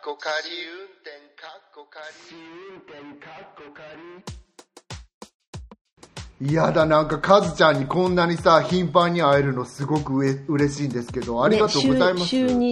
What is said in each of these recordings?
こ仮運転かっこ仮運転かっこ仮。嫌だ、なんかカズちゃんにこんなにさ頻繁に会えるのすごく嬉しいんですけど、ありがとうございます。 週に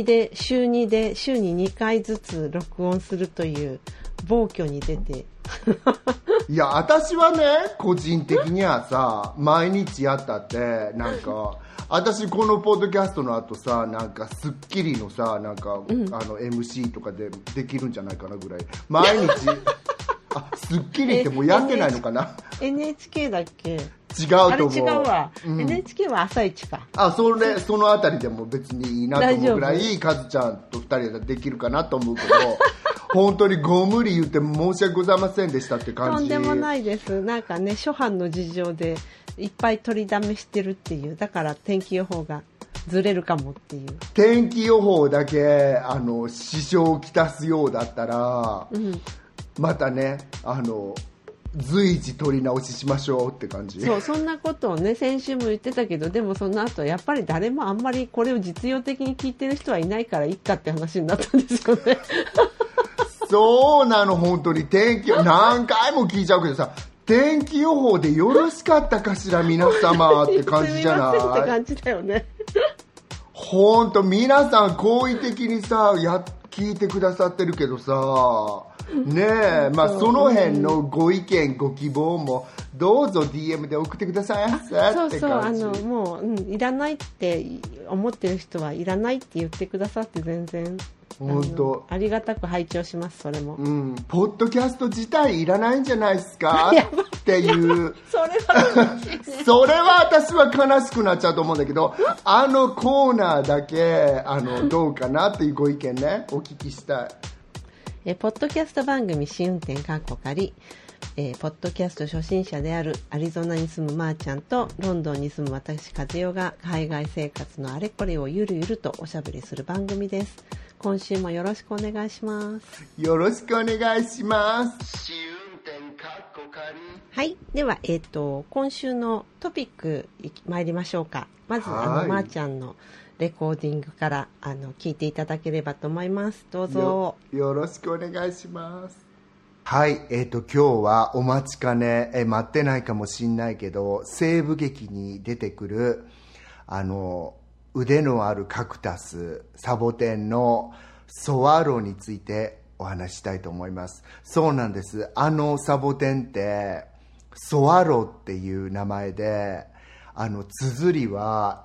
2回ずつ録音するという暴挙に出ていや、私はね、個人的にはさ、毎日やったってなんか私このポッドキャストの後さ、なんかスッキリのさ、なんか、MC とかでできるんじゃないかなぐらい毎日あ、スッキリってもうやってないのかな。 NHK だっけ。 違うと思う。 あれ違うわ、NHK は朝一か。 そのあたりでも別にいいなと思うぐらいカズちゃんと2人でできるかなと思うけど本当にご無理言って申し訳ございませんでしたって感じ。 とんでもないです。なんかね、初版の事情でいっぱい取りだめしてるっていう。だから天気予報がずれるかもっていう。 天気予報だけ支障をきたすようだったら、またね随時取り直ししましょうって感じ。 そんなことをね先週も言ってたけど、でもその後やっぱり誰もあんまりこれを実用的に聞いてる人はいないからいっかって話になったんですよねそうなの、本当に天気何回も聞いちゃうけどさ、天気予報でよろしかったかしら皆様って感じじゃない？ すみませんって感じだよね本当皆さん好意的にさ聞いてくださってるけどさねえ、まあその辺のご意見ご希望もどうぞ DM で送ってくださいって感じ。 もう、いらないって思ってる人はいらないって言ってくださって全然本当ありがたく拝聴します。それも、 ポッドキャスト自体いらないんじゃないですかっていうそれは悲しいねそれは私は悲しくなっちゃうと思うんだけど、あのコーナーだけどうかなっていうご意見ね、お聞きしたい。 ポッドキャスト番組試運転かっこ仮、ポッドキャスト初心者であるアリゾナに住むまーちゃんとロンドンに住む私和代が海外生活のあれこれをゆるゆるとおしゃべりする番組です。今週もよろしくお願いします。 よろしくお願いします。試運転かっこ仮。 はい、では、今週のトピック参りましょうか。まずまーちゃんのレコーディングから聞いていただければと思います。どうぞよろしくお願いします。はい、今日はお待ちかね、待ってないかもしんないけど西部劇に出てくる腕のあるカクタスサボテンのソワローについてお話ししたいと思います。そうなんです。サボテンってソワローっていう名前で、綴りは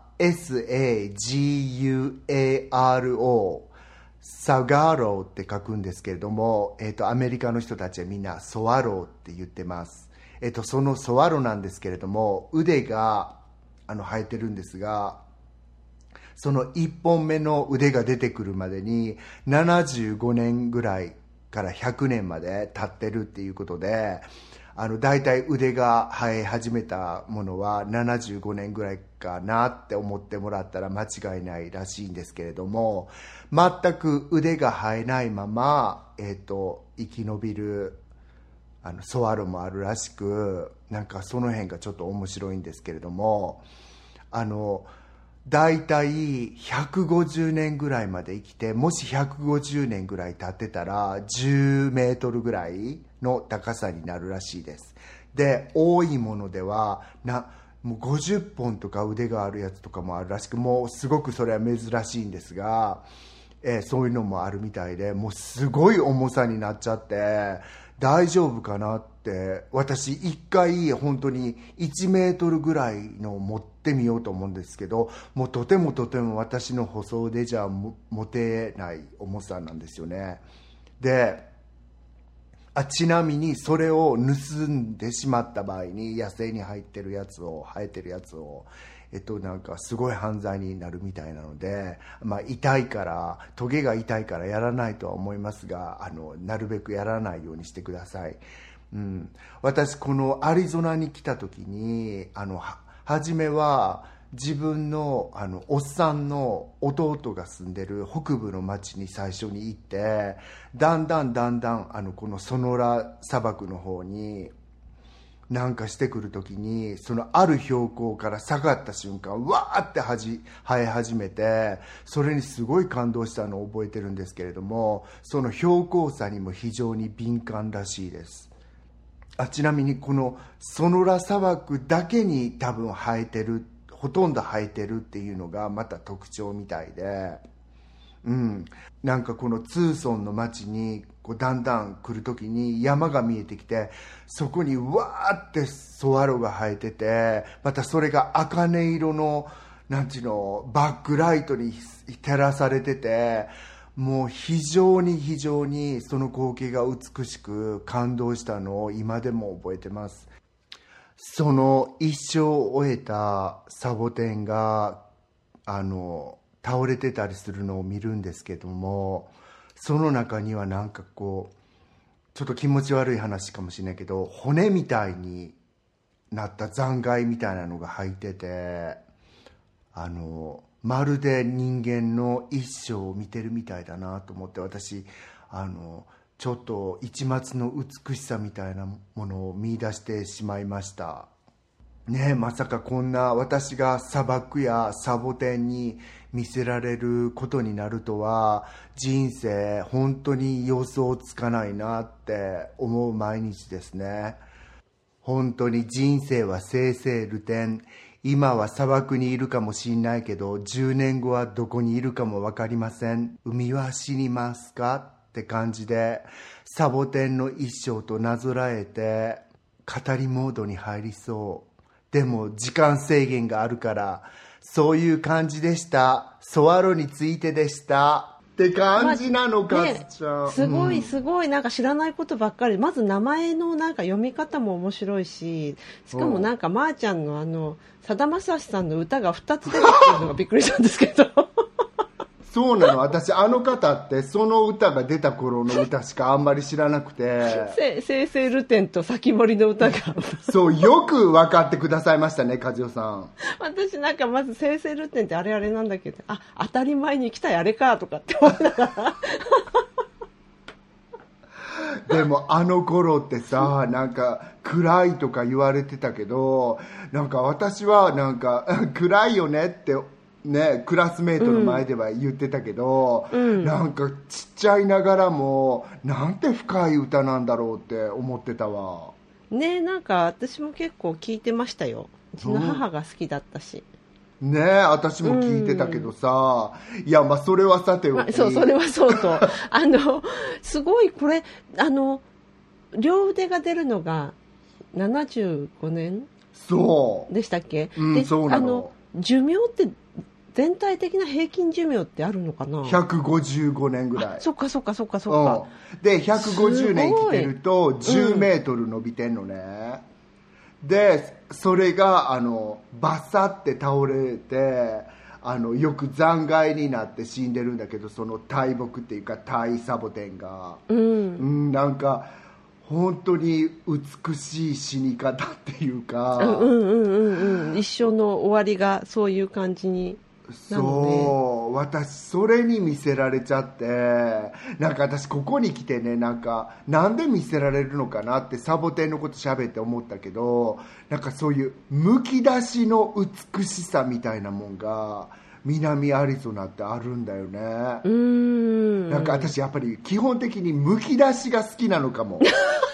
SAGUARO、 サガローって書くんですけれども、アメリカの人たちはみんなソワローって言ってます。そのソワローなんですけれども、腕が生えてるんですが、その1本目の腕が出てくるまでに75年ぐらいから100年まで経ってるっていうことで、だいたい腕が生え始めたものは75年ぐらいかなって思ってもらったら間違いないらしいんですけれども、全く腕が生えないまま、生き延びるソワロもあるらしく、なんかその辺がちょっと面白いんですけれども、だいたい150年ぐらいまで生きて、もし150年ぐらい経ってたら10メートルぐらいの高さになるらしいです。で、多いものではもう50本とか腕があるやつとかもあるらしく、もうすごくそれは珍しいんですが、そういうのもあるみたいで、もうすごい重さになっちゃって大丈夫かなって、私一回本当に1メートルぐらいの持ってみようと思うんですけど、もうとても私の細腕じゃ持てない重さなんですよね。で、ちなみにそれを盗んでしまった場合に、野生に生えてるやつをなんかすごい犯罪になるみたいなので、痛いから、トゲが痛いからやらないとは思いますが、なるべくやらないようにしてください。私このアリゾナに来た時に初めは自分のおっさんの弟が住んでる北部の町に最初に行って、だんだんこのソノラ砂漠の方になんかしてくるときに、そのある標高から下がった瞬間わーって生え始めて、それにすごい感動したのを覚えてるんですけれども、その標高差にも非常に敏感らしいです。ちなみにこのソノラ砂漠だけに多分生えてる、ほとんど生えてるっていうのがまた特徴みたいで、なんかこのツーソンの街にこうだんだん来るときに山が見えてきて、そこにわーってソワロが生えてて、またそれが茜色のなんていうのバックライトに照らされてて、もう非常にその光景が美しく感動したのを今でも覚えてます。その一生を終えたサボテンが倒れてたりするのを見るんですけども、その中にはなんかこうちょっと気持ち悪い話かもしれないけど、骨みたいになった残骸みたいなのが入ってて、まるで人間の一生を見てるみたいだなと思って、私ちょっと一抹の美しさみたいなものを見出してしまいましたね。まさかこんな私が砂漠やサボテンに見せられることになるとは、人生本当に予想つかないなって思う毎日ですね。本当に人生は生々流転。今は砂漠にいるかもしれないけど、10年後はどこにいるかも分かりません。海は死にますかって感じで、サボテンの一生となぞらえて語りモードに入りそう。でも時間制限があるから、そういう感じでした。ソワロについてでしたって感じなのか、 すごいなんか知らないことばっかり。まず名前のなんか読み方も面白いし、しかもなんかまーちゃんのさだまさしさんの歌が2つ出てくるのがびっくりしたんですけどそうなの。私あの方ってその歌が出た頃の歌しかあんまり知らなくて生々ルテンと先森の歌がそうよく分かってくださいましたね、和代さん。 私なんかまず生々ルテンってあれなんだけど、当たり前に来たやれかとかって思いながらでもあの頃ってさ、なんか暗いとか言われてたけど、なんか私はなんか暗いよねってね、クラスメートの前では言ってたけど、なんかちっちゃいながらもなんて深い歌なんだろうって思ってたわね。なんか私も結構聞いてましたよ。うちの母が好きだったし、 ねえ、私も聞いてたけどさ、いや、まあそれはさておき、 それはそうとすごいこれ両腕が出るのが75年そうでしたっけ、 でそうなの。 寿命って全体的な平均寿命ってあるのかな。 155年ぐらい。 そっか、 で150年生きてると10メートル伸びてんのね、でそれがバサって倒れてよく残骸になって死んでるんだけど、その大木っていうか大サボテンが、なんか本当に美しい死に方っていうか、 一生の終わりがそういう感じになるね。 そう私それに見せられちゃって、なんか私ここに来てね、なんで見せられるのかなってサボテンのこと喋って思ったけど、なんかそういうむき出しの美しさみたいなもんが南アリゾナってあるんだよね。なんか私やっぱり基本的にむき出しが好きなのかも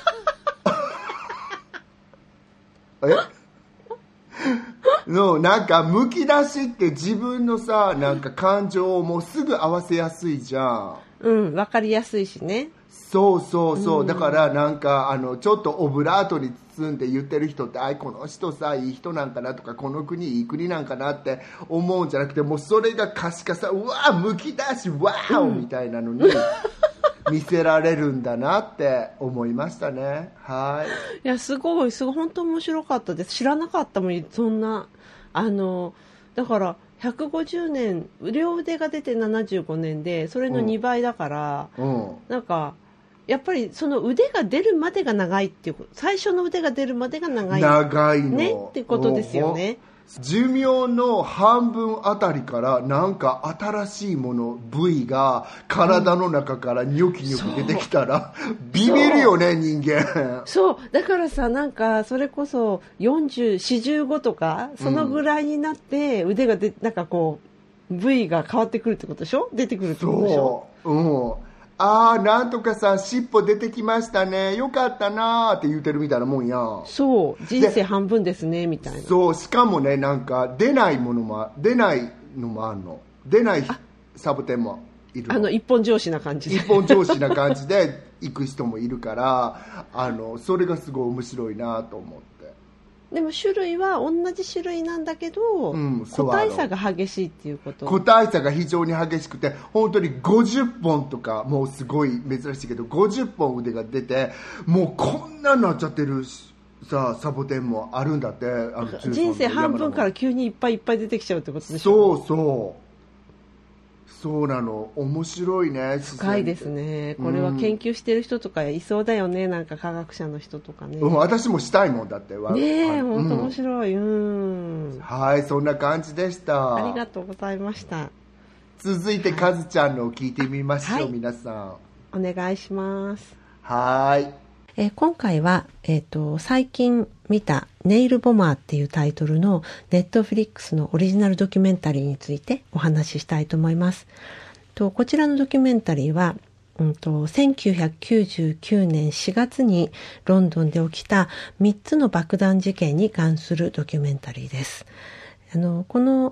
のなんかむき出しって自分のさ、なんか感情をもうすぐ合わせやすいじゃん。 わかりやすいしね。 そう、だからなんかちょっとオブラートに包んで言ってる人って、この人さいい人なんかなとか、この国いい国なんかなって思うんじゃなくて、もうそれが可視化さ、うわむき出しわーおみたいなのに見せられるんだなって思いましたね。はい。 いやすごい本当面白かったです。知らなかったもん、そんなだから150年両腕が出て75年で、それの2倍だから、なんかやっぱりその腕が出るまでが長いっていう、最初の腕が出るまでが長いのねってことですよね。 寿命の半分あたりからなんか新しいもの部位が体の中からニョキニョキ出てきたら、ビビるよね人間。 そうだからさ、なんかそれこそ45とかそのぐらいになって腕がなんかこう部位が変わってくるってことでしょ、出てくるってことでしょ。 そう、ああなんとかさ尻尾出てきましたね、よかったなーって言うてるみたいなもんや。 そう人生半分ですねみたいな。 そうしかもね、なんか出ないのもあるの。出ないサボテンもいるの。 一本上司な感じで一本上司な感じで行く人もいるからそれがすごい面白いなと思って。 でも種類は同じ種類なんだけど、個体差が激しいっていうこと。 個体差が非常に激しくて、本当に50本とか、もうすごい珍しいけど50本腕が出て、もうこんなになっちゃってるさサボテンもあるんだって。 人生半分から急にいっぱいいっぱい出てきちゃうってことでしょ。 そうなの。面白いね。 深いですね。これは研究してる人とかいそうだよね、なんか科学者の人とかね。 私もしたいもんだって。 ねえ、本当面白い。 はい、そんな感じでした。 ありがとうございました。 続いてカズちゃんのを聞いてみましょう、皆さん。お願いします。 はい。 今回は、最近見たネイルボマーっていうタイトルのネットフリックスのオリジナルドキュメンタリーについてお話ししたいと思います。こちらのドキュメンタリーは、1999年4月にロンドンで起きた3つの爆弾事件に関するドキュメンタリーです。この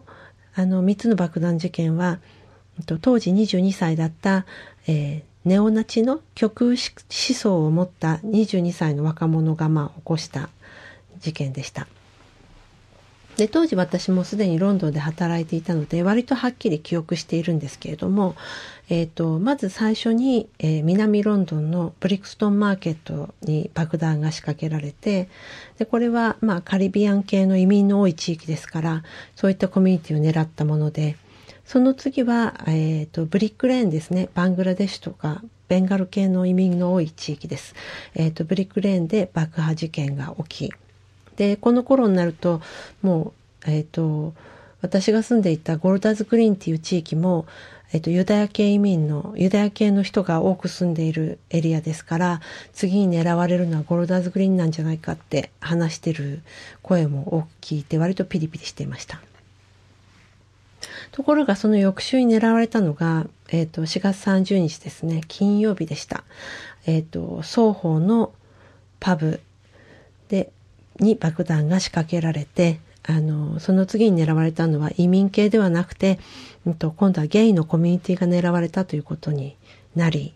3つの爆弾事件は、当時22歳だった、ネオナチの極右思想を持った22歳の若者が起こした事件でした。で、当時私もすでにロンドンで働いていたので割とはっきり記憶しているんですけれども、まず最初に、南ロンドンのブリクストンマーケットに爆弾が仕掛けられて、でこれはカリビアン系の移民の多い地域ですから、そういったコミュニティを狙ったもので、その次は、ブリックレーンですね。バングラデシュとかベンガル系の移民の多い地域です。ブリックレーンで爆破事件が起き、でこの頃になるともう、私が住んでいたゴルダーズグリーンっていう地域も、ユダヤ系の人が多く住んでいるエリアですから、次に狙われるのはゴルダーズグリーンなんじゃないかって話してる声も多く聞いて、割とピリピリしていました。ところがその翌週に狙われたのが、4月30日ですね、金曜日でした。双方のパブに爆弾が仕掛けられて、その次に狙われたのは移民系ではなくて、今度はゲイのコミュニティが狙われたということになり、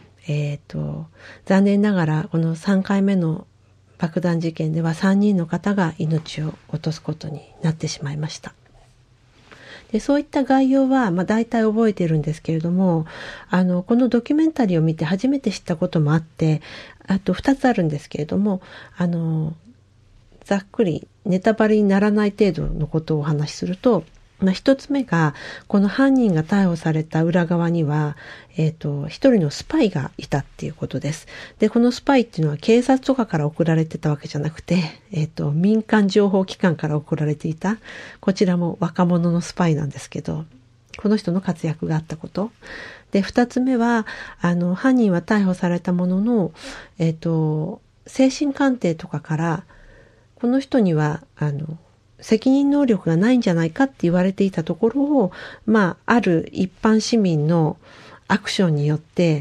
残念ながらこの3回目の爆弾事件では3人の方が命を落とすことになってしまいました。でそういった概要は大体覚えているんですけれども、このドキュメンタリーを見て初めて知ったこともあって、あと2つあるんですけれども、ざっくりネタバレにならない程度のことをお話しすると、一つ目がこの犯人が逮捕された裏側には、一人のスパイがいたっていうことです。でこのスパイっていうのは警察とかから送られてたわけじゃなくて、民間情報機関から送られていた、こちらも若者のスパイなんですけど、この人の活躍があったこと。で二つ目は犯人は逮捕されたものの、精神鑑定とかからこの人には責任能力がないんじゃないかって言われていたところを、ある一般市民のアクションによって、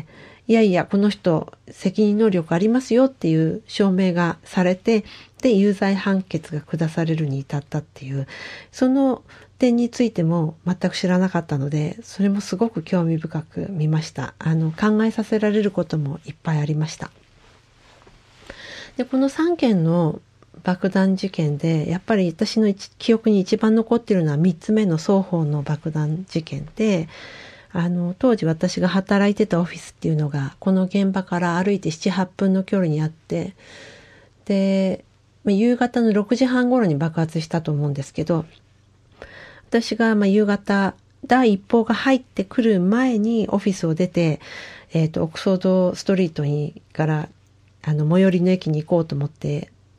いやいやこの人責任能力ありますよっていう証明がされて、で有罪判決が下されるに至ったっていう、その点についても全く知らなかったので、それもすごく興味深く見ました。考えさせられることもいっぱいありました。でこの3件の爆弾事件でやっぱり私の記憶に一番残っているのは3つ目の双方の爆弾事件で、当時私が働いてたオフィスっていうのがこの現場から歩いて 7,8 分の距離にあって、で夕方の6時半頃に爆発したと思うんですけど、私が夕方第一報が入ってくる前にオフィスを出て、オックスフォードストリートから最寄りの駅に行こうと思って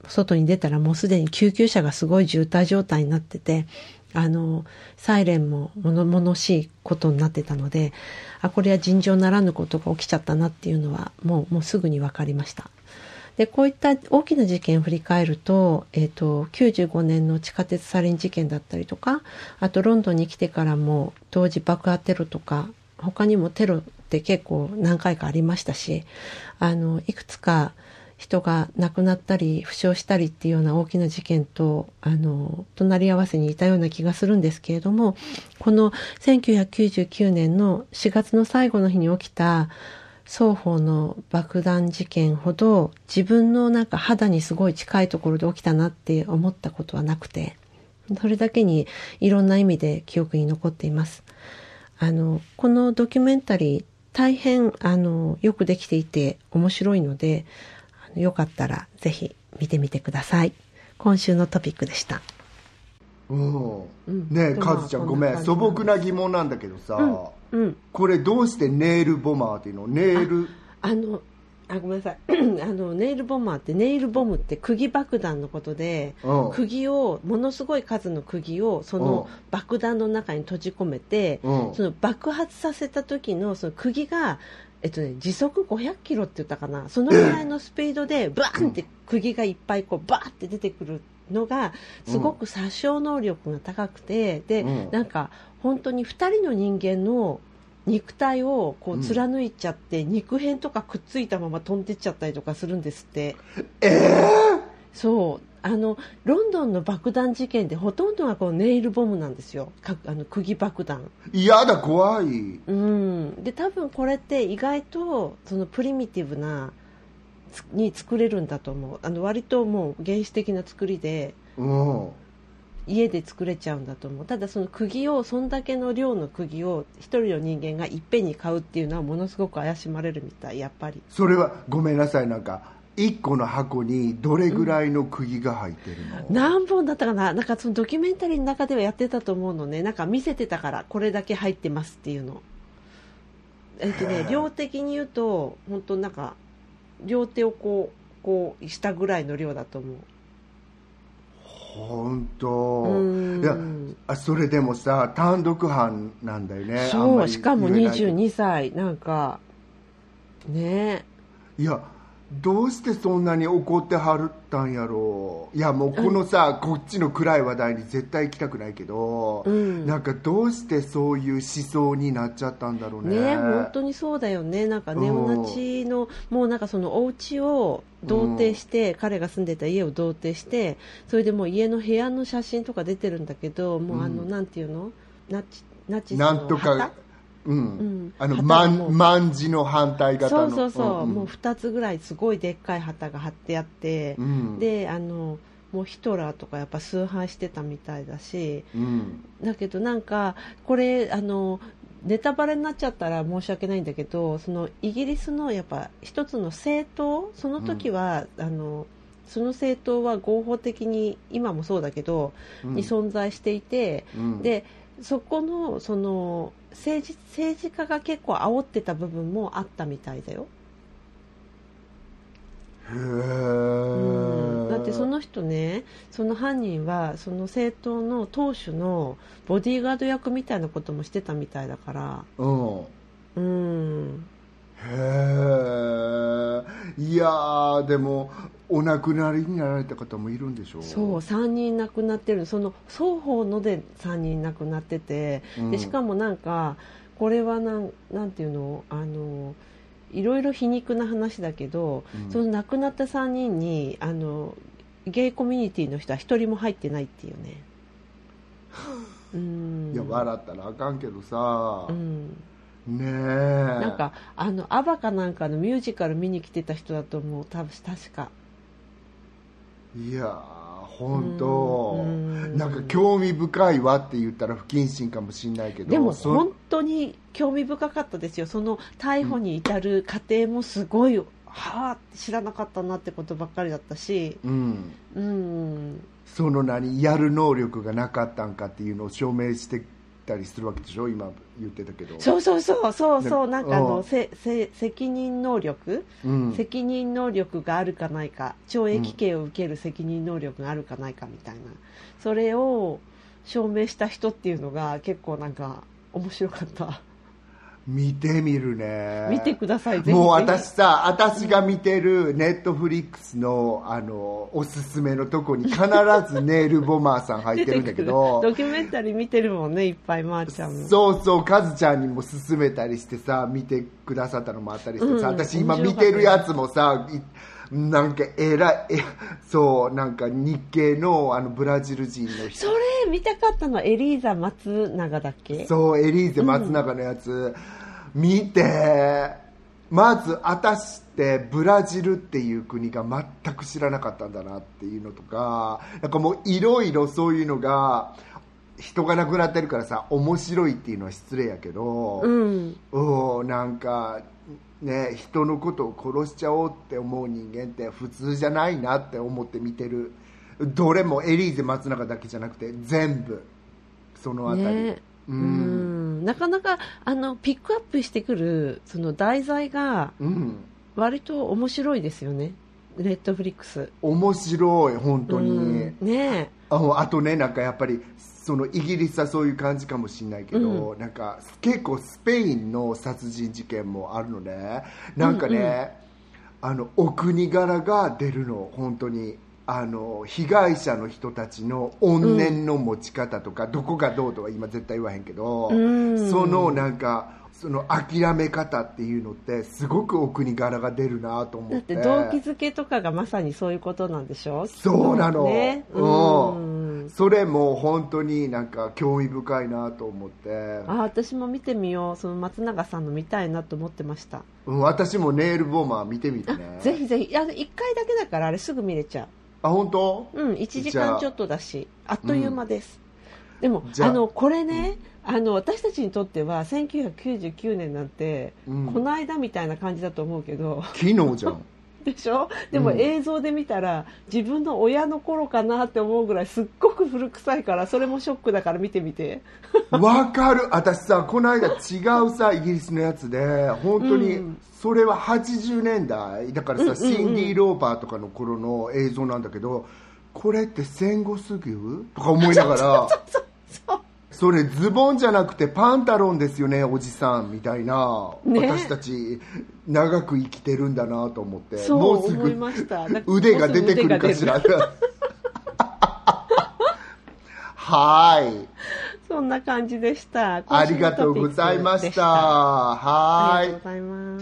外に出たらもうすでに救急車がすごい渋滞状態になってて、サイレンも物々しいことになってたので、これは尋常ならぬことが起きちゃったなっていうのはもうすぐに分かりました。で、こういった大きな事件を振り返ると、95年の地下鉄サリン事件だったりとか、あとロンドンに来てからも同時爆破テロとか、他にもテロって結構何回かありましたし、いくつか人が亡くなったり負傷したりっていうような大きな事件と隣り合わせにいたような気がするんですけれども、この1999年の4月の最後の日に起きた双方の爆弾事件ほど自分のなんか肌にすごい近いところで起きたなって思ったことはなくて、それだけにいろんな意味で記憶に残っています。このドキュメンタリー大変よくできていて面白いので、よかったらぜひ見てみてください。今週のトピックでした。 ねえ、カズちゃんごめん、素朴な疑問なんだけどさ、これどうしてネイルボマーっていうの？ネイルごめんなさいネイルボマーって、ネイルボムって釘爆弾のことで、釘をものすごい数の釘をその爆弾の中に閉じ込めて、その爆発させた時のその釘が時速500キロって言ったかな、そのぐらいのスピードでバーンって釘がいっぱいこうバーって出てくるのがすごく殺傷能力が高くて、で、なんか本当に2人の人間の肉体をこう貫いちゃって、肉片とかくっついたまま飛んでっちゃったりとかするんですって。そうロンドンの爆弾事件でほとんどがこうネイルボムなんですよ。釘爆弾。 嫌だ、怖い。 で多分これって意外とそのプリミティブなに作れるんだと思う。割ともう原始的な作りで、家で作れちゃうんだと思う。ただその釘を、そんだけの量の釘を一人の人間がいっぺんに買うっていうのはものすごく怪しまれるみたい。やっぱりそれはごめんなさい、なんか1個の箱にどれぐらいの釘が入ってるの？ 何本だったかな、なんかそのドキュメンタリーの中ではやってたと思うのね。なんか見せてたから、これだけ入ってますっていうの。量的に言うと本当なんか両手をこうしたぐらいの量だと思う。 本当。いや、それでもさ、単独犯なんだよね。 そう、しかも22歳なんかね。 いや、どうしてそんなに怒ってはるったんやろう。いや、もうこのさ、こっちの暗い話題に絶対行きたくないけど、なんかどうしてそういう思想になっちゃったんだろうね。 ね、本当にそうだよね。なんかネオナチのもうなんかそのお家を同定して、彼が住んでた家を同定して、それでもう家の部屋の写真とか出てるんだけど、もうなんていうの、ナチスのなんとか万字の反対型の、 そうもう2つぐらいすごいでっかい旗が貼ってあって、でもうヒトラーとかやっぱ崇拝してたみたいだし、だけどなんかこれネタバレになっちゃったら申し訳ないんだけど、そのイギリスのやっぱ一つの政党、その時は、その政党は合法的に今もそうだけど、に存在していて、でそこのその政治家が結構煽ってた部分もあったみたいだよ。だってその人ね、その犯人はその政党の党首のボディーガード役みたいなこともしてたみたいだから。 いやー、でもお亡くなりになられた方もいるんでしょう。 そう、3人亡くなってる。その双方ので3人亡くなってて、でしかもなんかこれはなんていうの、いろいろ皮肉な話だけど、その亡くなった3人にゲイコミュニティの人は1人も入ってないっていうね。 いや、笑ったらあかんけどさ、ねえ、 なんかアバかなんかのミュージカル見に来てた人だと思う、確か。 いや本当、なんか興味深いわって言ったら不謹慎かもしれないけど、 でも本当に興味深かったですよ。その逮捕に至る過程もすごい、はあ、知らなかったなってことばっかりだったし、 そのやる能力がなかったんかっていうのを証明してたりするわけでしょ、今言ってたけど。 そうなんか責任能力、 うん責任能力があるかないか、懲役刑を受ける責任能力があるかないかみたいな、それを証明した人っていうのが結構なんか面白かった。 見てみるね。 見てください、ぜひ。 もう私が見てるネットフリックスのおすすめのとこに必ずネイルボマーさん入ってるんだけどドキュメンタリー見てるもんね、いっぱい。まーちゃんもそうカズちゃんにも勧めたりしてさ、見てくださったのもあったりしてさ、私今見てるやつもさ、なんかそうなんか日系のブラジル人の人、 それ見たかったの。エリーザ松永だっけ。 そうエリーゼ松永のやつ、見て。まず私ってブラジルっていう国が全く知らなかったんだなっていうのとか、なんかもういろいろそういうのが、人が亡くなってるからさ面白いっていうのは失礼やけど、なんかね、人のことを殺しちゃおうって思う人間って普通じゃないなって思って見てる。どれもエリーゼ松永だけじゃなくて全部そのあたり、 ね、なかなかピックアップしてくるその題材が割と面白いですよね、ネットフリックス。 面白い本当に、 ね、 あとね、なんかやっぱりそのイギリスはそういう感じかもしれないけど、なんか結構スペインの殺人事件もあるのね。なんかね、お国柄が出るの本当に。被害者の人たちの怨念の持ち方とか、どこがどうとは今絶対言わへんけど、そのなんかその諦め方っていうのってすごくお国柄が出るなと思って。 だって動機づけとかがまさにそういうことなんでしょ。 そうなの、 ね、 それも本当になんか興味深いなと思って。 私も見てみよう。その松永さんの見たいなと思ってました。 私もネイルボーマー見てみてね。 ぜひぜひ。1回だけだからあれすぐ見れちゃう。 本当 ？1時間ちょっとだし、あっという間です。でもこれね、私たちにとっては1999年なんて、この間みたいな感じだと思うけど、 昨日じゃんでしょ。でも映像で見たら、自分の親の頃かなって思うぐらいすっごく古臭いから、それもショックだから見てみて。 わかる。私さ、この間違うさイギリスのやつで本当に、それは80年代だからさ、シンディ・ローパーとかの頃の映像なんだけど、これって戦後すぐとか思いながらそれズボンじゃなくてパンタロンですよねおじさんみたいな、ね、私たち長く生きてるんだなと思って、 そうもうすぐ腕が出てくるかしらはい、 そんな感じでした。 ありがとうございました。はい、 ありがとうございます。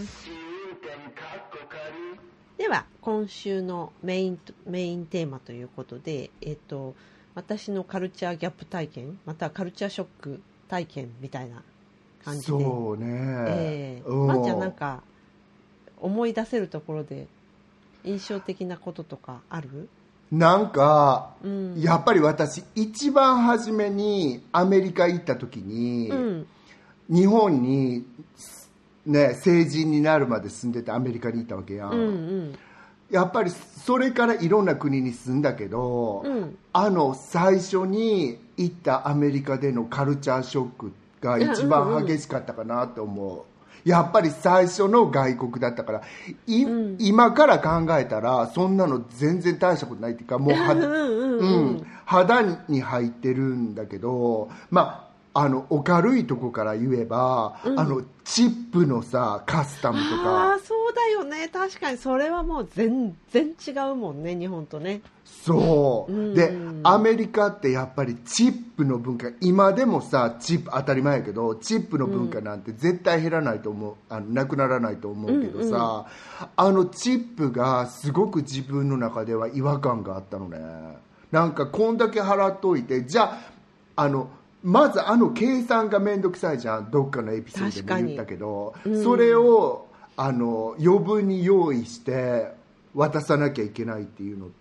では今週のメインテーマということで、私のカルチャーギャップ体験、またはカルチャーショック体験みたいな感じで、 そうね、 まーちゃんなんか思い出せるところで印象的なこととかある？ なんか、やっぱり私一番初めにアメリカ行った時に、日本にね、成人になるまで住んでてアメリカに行ったわけやん、やっぱりそれからいろんな国に住んだけど、最初に行ったアメリカでのカルチャーショックが一番激しかったかなと思う。やっぱり最初の外国だったから、今から考えたらそんなの全然大したことないっていうか、もう肌に入ってるんだけど、お軽いとこから言えば、チップのさカスタムとか。 そうだよね、確かにそれはもう全然違うもんね、日本とね。 そう、でアメリカってやっぱりチップの文化、今でもさチップ当たり前やけど、チップの文化なんて絶対減らないと思う、なくならないと思うけどさ、チップがすごく自分の中では違和感があったのね。なんかこんだけ払っといて、じゃあまず計算がめんどくさいじゃん、どっかのエピソードでも言ったけど、それを余分に用意して渡さなきゃいけないっていうのって、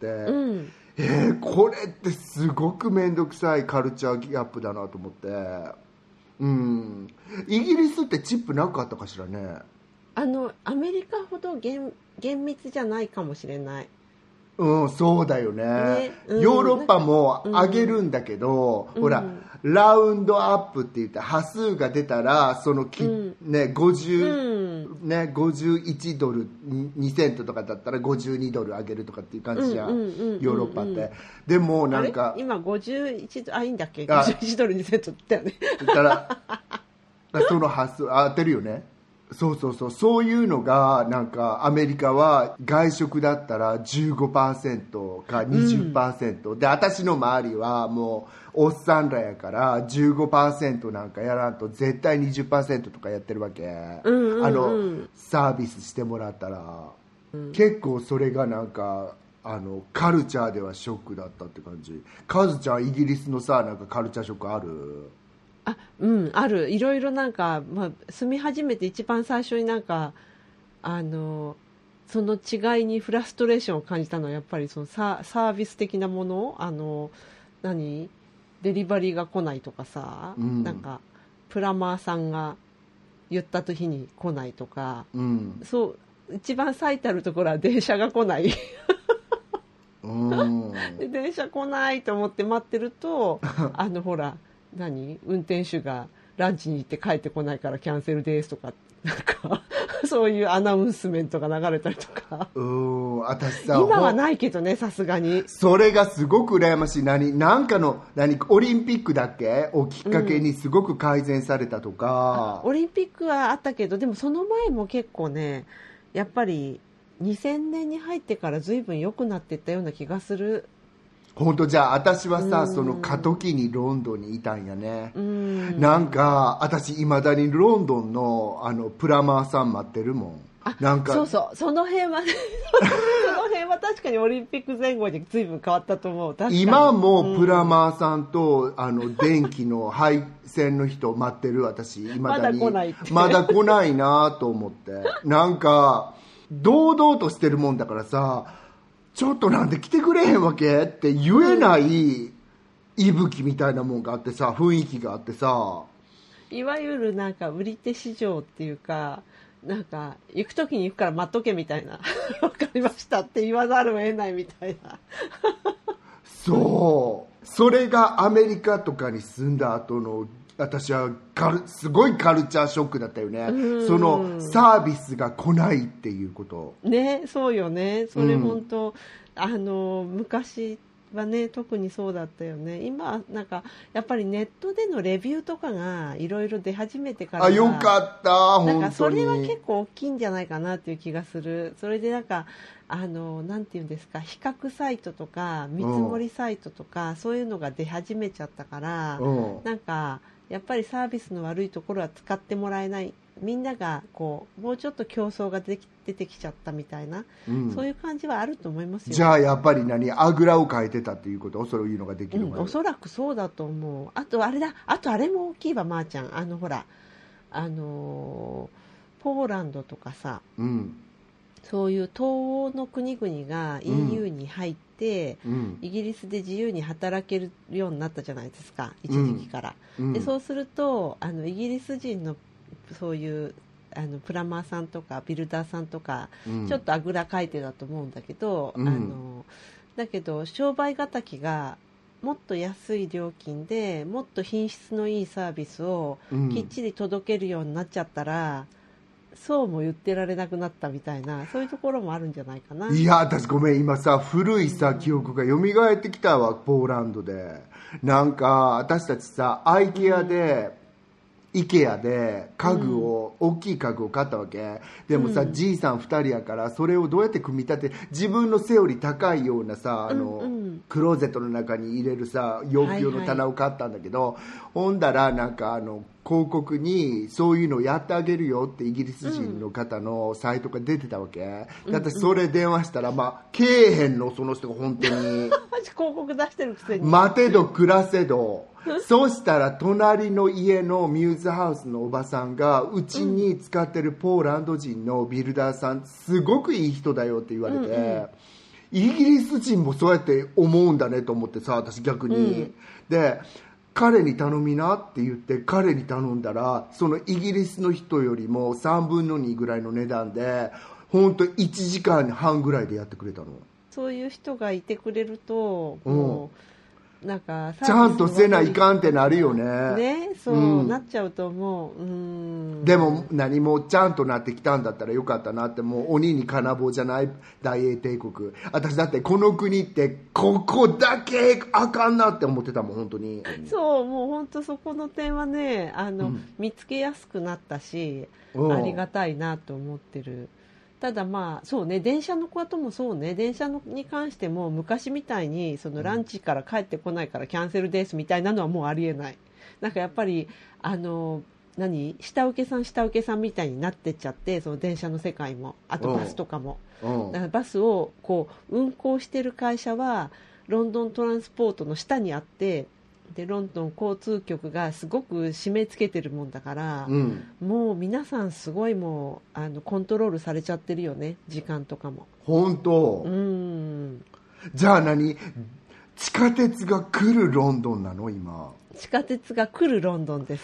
これってすごくめんどくさいカルチャーギャップだなと思って、イギリスってチップなかったかしらね。 アメリカほど厳密じゃないかもしれない。 うん、そうだよね。 ね、うん、 ヨーロッパも上げるんだけど、ほら、ラウンドアップって言って端数が出たらそのね、51ドル2セントとかだったら52ドル上げるとかっていう感じじゃん、ヨーロッパって。でもなんか今51ドル、いいんだっけ、51ドル2セントって言ったよね。 だからその端数当てるよね。そういうのがなんかアメリカは外食だったら 15% か 20%、で私の周りはもうおっさんらやから 15% なんかやらんと絶対 20% とかやってるわけ、サービスしてもらったら、結構それがなんかカルチャーではショックだったって感じ。カズちゃんイギリスのさなんかカルチャーショックある？ ある。いろいろなんか、住み始めて一番最初になんかその違いにフラストレーションを感じたのはやっぱりそのサービス的なもの、デリバリーが来ないとかさ、なんかプラマーさんが言った日に来ないとか、そう一番最たるところは電車が来ないで電車来ないと思って待ってるとほら運転手がランチに行って帰ってこないからキャンセルですとか、なんかそういうアナウンスメントが流れたりとか。 私さ今はないけどね、さすがに。 それがすごく羨ましい。なんかのオリンピックだっけをきっかけにすごく改善されたとか、 オリンピックはあったけど、でもその前も結構ね、やっぱり2000年に入ってから随分良くなっていったような気がする。 本当。じゃあ私はさ、その過渡期にロンドンにいたんやね。なんか私いまだにロンドンのプラマーさん待ってるもん。なんかその辺は確かにオリンピック前後に随分変わったと思う。確かに今もプラマーさんと電気の配線の人待ってる私。 まだ来ないって。 まだ来ないなと思って。なんか堂々としてるもんだからさ、ちょっとなんで来てくれへんわけって言えない息吹みたいなもんがあってさ、雰囲気があってさ、 いわゆるなんか売り手市場っていうか、なんか行く時に行くから待っとけみたいなわかりましたって言わざるを得ないみたいなそれがアメリカとかに住んだ後の私はすごいカルチャーショックだったよね。そのサービスが来ないっていうことね。そうよね。それ本当、昔はね特にそうだったよね。今なんかやっぱりネットでのレビューとかがいろいろ出始めてからよかった本当に。 なんかそれは結構大きいんじゃないかなっていう気がする。それでなんかなんていうんですか、比較サイトとか見積もりサイトとか、そういうのが出始めちゃったから、なんかやっぱりサービスの悪いところは使ってもらえない、みんながこうもうちょっと競争が出てきちゃったみたいな、そういう感じはあると思いますよ。 じゃあやっぱりあぐらをかいてたっていうこと、そういうのができるまで、 おそらくそうだと思う。あとあれも大きいわ、まーちゃん。ほらポーランドとかさ、そういう東欧の国々が EU に入って、イギリスで自由に働けるようになったじゃないですか、一時期から、でそうするとイギリス人のそういうプラマーさんとかビルダーさんとか、ちょっとあぐらかいてだと思うんだけど、だけど商売敵がもっと安い料金でもっと品質のいいサービスをきっちり届けるようになっちゃったら、そうも言ってられなくなったみたいな、そういうところもあるんじゃないかな。 いや私ごめん、今さ古いさ記憶が蘇ってきたわ。ポーランドでなんか私たちさIKEA で家具を、大きい家具を買ったわけでもさ、じいさん2人やからそれをどうやって組み立て、自分の背より高いようなさクローゼットの中に入れるさ洋服用の棚を買ったんだけど、ほんだらなんか広告にそういうのをやってあげるよってイギリス人の方のサイトが出てたわけ、だってそれ電話したらけえへんの、その人が本当に広告出してるくせに待てど暮らせどそうしたら隣の家のミューズハウスのおばさんがうちに使ってるポーランド人のビルダーさんすごくいい人だよって言われて、イギリス人もそうやって思うんだねと思ってさ、私逆に、で彼に頼みなって言って彼に頼んだら、そのイギリスの人よりも3分の2ぐらいの値段で本当1時間半ぐらいでやってくれたの。 そういう人がいてくれると、もうなんかちゃんとせないかんってなるよね。 ね、そう、なっちゃうと思う。 でも何もちゃんとなってきたんだったらよかったなって。もう鬼に金棒じゃない大英帝国。私だってこの国ってここだけあかんなって思ってたもん本当に。 そう、もう本当そこの点はね、見つけやすくなったし、ありがたいなと思ってる。ただまあそうね、電車のこともそうね、電車に関しても昔みたいにそのランチから帰ってこないからキャンセルですみたいなのはもうありえない。なんかやっぱり下請けさんみたいになってっちゃって、その電車の世界も、あとバスとかも、だからバスをこう運行してる会社はロンドントランスポートの下にあって、でロンドン交通局がすごく締め付けてるもんだから、もう皆さんすごいもうコントロールされちゃってるよね、時間とかも。 本当。じゃあ地下鉄が来るロンドンなの今。 地下鉄が来るロンドンです。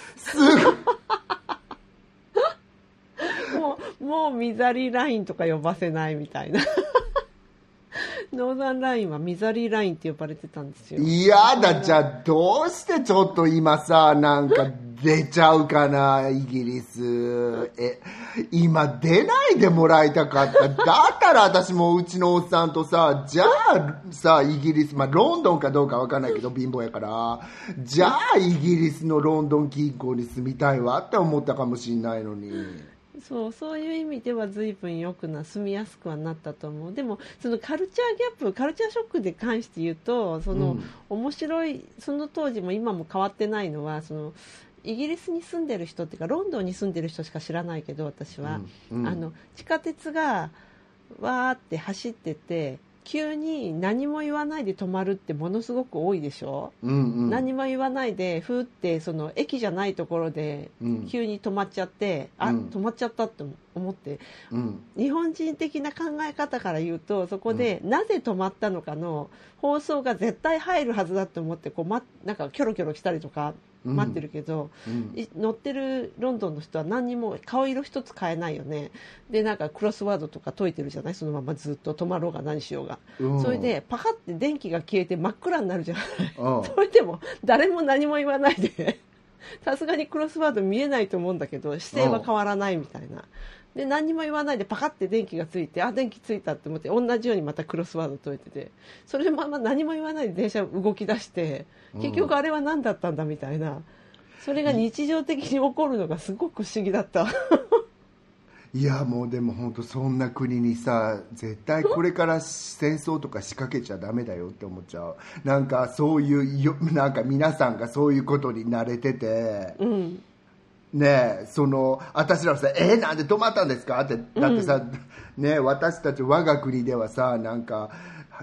もうミザリーラインとか呼ばせないみたいな。ノーザンラインはミザリーラインって呼ばれてたんですよ。 いやだ、じゃあどうしてちょっと今さ、なんか出ちゃうかな、イギリス。今出ないでもらいたかった。だったら私もうちのおっさんとさ、じゃあさ、イギリス、ロンドンかどうかわかんないけど貧乏やから、じゃあイギリスのロンドン近郊に住みたいわって思ったかもしれないのに。 そういう意味では随分よく住みやすくはなったと思う。でもそのカルチャーギャップ、カルチャーショックで関して言うと、面白い、その当時も今も変わってないのは、イギリスに住んでる人っていうかロンドンに住んでる人しか知らないけど、私は、地下鉄がわーって走ってて急に何も言わないで止まるってものすごく多いでしょ、何も言わないでふーってその駅じゃないところで急に止まっちゃって、止まっちゃったって思って、日本人的な考え方から言うと、そこでなぜ止まったのかの放送が絶対入るはずだと思って、なんかキョロキョロしたりとか待ってるけど、乗ってるロンドンの人は何にも顔色一つ変えないよね。でなんかクロスワードとか解いてるじゃない、そのままずっと止まろうが何しようが、それでパカって電気が消えて真っ暗になるじゃないそれでも誰も何も言わないでさすがにクロスワード見えないと思うんだけど姿勢は変わらないみたいな。で何にも言わないでパカって電気がついて、電気ついたって思って同じようにまたクロスワード解いてて、それでまま何も言わないで電車動き出して、結局あれは何だったんだみたいな、それが日常的に起こるのがすごく不思議だったいやもうでも本当そんな国にさ、絶対これから戦争とか仕掛けちゃダメだよって思っちゃう。なんかそういうなんか皆さんがそういうことに慣れてて、ねえ、私らはさ、なんで止まったんですかって、だってさ、ねえ、私たち我が国ではさ、なんか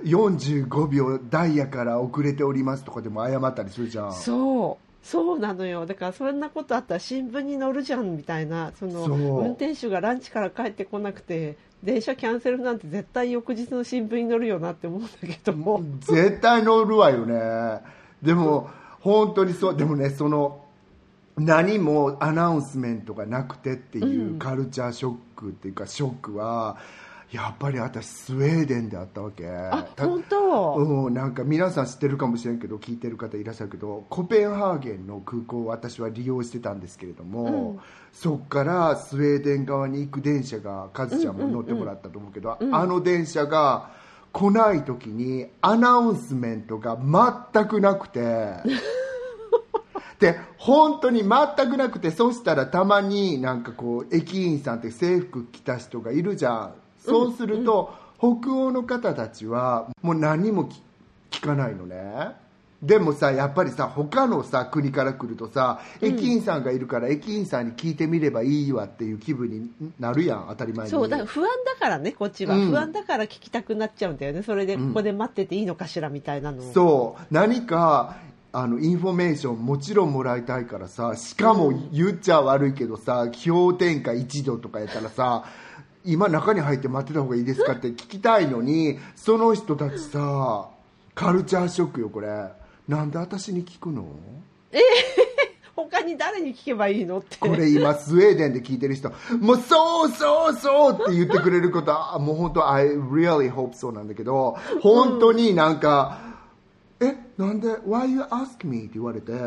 45秒ダイヤから遅れておりますとかでも謝ったりするじゃん。 そうなのよ。だからそんなことあったら新聞に載るじゃんみたいな、運転手がランチから帰ってこなくて電車キャンセルなんて絶対翌日の新聞に載るよなって思うんだけども絶対載るわよね。でも本当にそう。でもね、何もアナウンスメントがなくてっていうカルチャーショックっていうかショックはやっぱり私スウェーデンであったわけ。 本当？ なんか皆さん知ってるかもしれんけど、聞いてる方いらっしゃるけど、コペンハーゲンの空港を私は利用してたんですけれども、そっからスウェーデン側に行く電車がカズちゃんも乗ってもらったと思うけど、あの電車が来ない時にアナウンスメントが全くなくてで本当に全くなくて、そしたらたまになんか駅員さんって制服着た人がいるじゃん。そうすると、北欧の方たちはもう何も聞かないのね。でもさ、やっぱりさ、他のさ国から来るとさ、駅員さんがいるから駅員さんに聞いてみればいいわっていう気分になるやん、当たり前に。 そうだから不安だからね、こっちは、不安だから聞きたくなっちゃうんだよね。それでここで待ってていいのかしらみたいなのを、 そう何かインフォメーションもちろんもらいたいからさ、しかも言っちゃ悪いけどさ、氷点下1度とかやったらさ、今中に入って待ってた方がいいですかって聞きたいのに、その人たちさ、カルチャーショックよこれ。なんで私に聞くの？ 他に誰に聞けばいいのって。 これ今スウェーデンで聞いてる人もうそうそうそうって言ってくれることはもう本当 I really hope so なんだけど、本当になんか、なんで Why you ask me って言われて、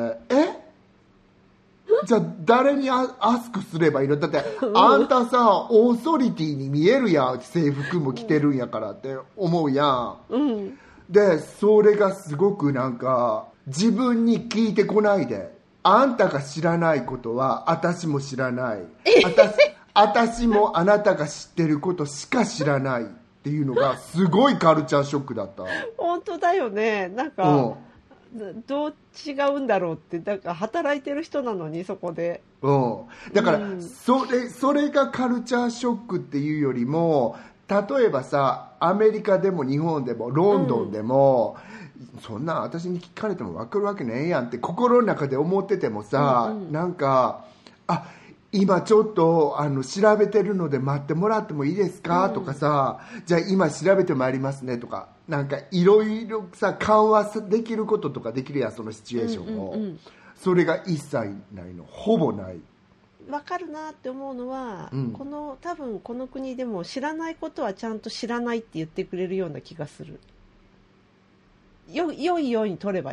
じゃあ誰にアスクすればいいの？だってあんたさオーソリティに見えるやん、制服も着てるんやからって思うやん、でそれがすごくなんか自分に聞いてこないで、あんたが知らないことは私も知らない、私もあなたが知ってることしか知らないっていうのがすごいカルチャーショックだった。 本当だよね。なんか、どう違うんだろうって。だから働いてる人なのにそこで、 だから、それがカルチャーショックっていうよりも、例えばさアメリカでも日本でもロンドンでも、そんな私に聞かれても分かるわけねえやんって心の中で思っててもさ、なんか今ちょっと調べてるので待ってもらってもいいですか、とかさ、じゃあ今調べてまいりますねとか、なんかいろいろさ緩和できることとかできるやん、そのシチュエーションを、それが一切ないの、ほぼない。 分かるなって思うのは、多分この国でも知らないことはちゃんと知らないって言ってくれるような気がする。良いように取れば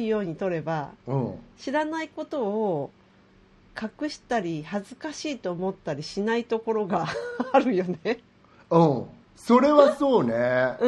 知らないことを隠したり恥ずかしいと思ったりしないところがあるよね。 それはそうね。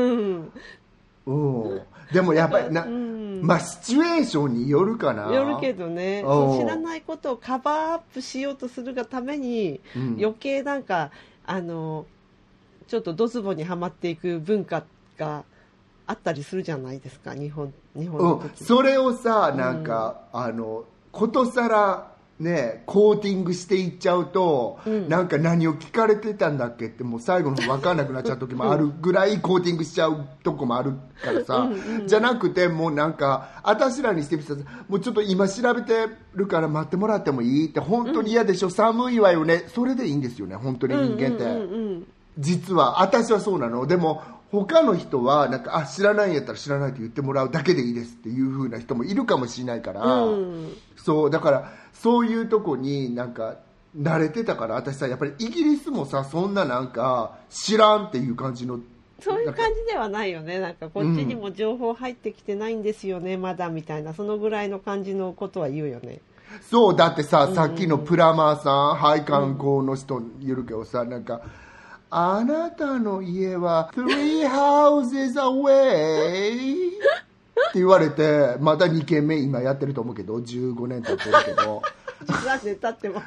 でもやっぱりまあシチュエーションによるかな。 よるけどね、知らないことをカバーアップしようとするがために、余計なんかちょっとドツボにはまっていく文化があったりするじゃないですか、日本の時、 それをさなんか、ことさらねコーティングしていっちゃうと、なんか何を聞かれてたんだっけってもう最後の分かんなくなっちゃう時もあるぐらいコーティングしちゃうとこもあるからさじゃなくてもうなんか私らにしてみたらもうちょっと今調べてるから待ってもらってもいいって本当に嫌でしょ、寒いわよね、それでいいんですよね本当に人間って、実は私はそうなの。でも他の人はなんか知らないんやったら知らないと言ってもらうだけでいいですっていう風な人もいるかもしれないから、そうだからそういうとこになんか慣れてたから、私さやっぱりイギリスもさそんななんか知らんっていう感じの、 そういう感じではないよね。なんかこっちにも情報入ってきてないんですよね、まだみたいな、そのぐらいの感じのことは言うよね。 そうだってさ、さっきのプラマーさん配管工の人いるけどさ、なんかあなたの家は3 houses away って言われて、まだ2軒目今やってると思うけど15年経ってるけど 13年経っても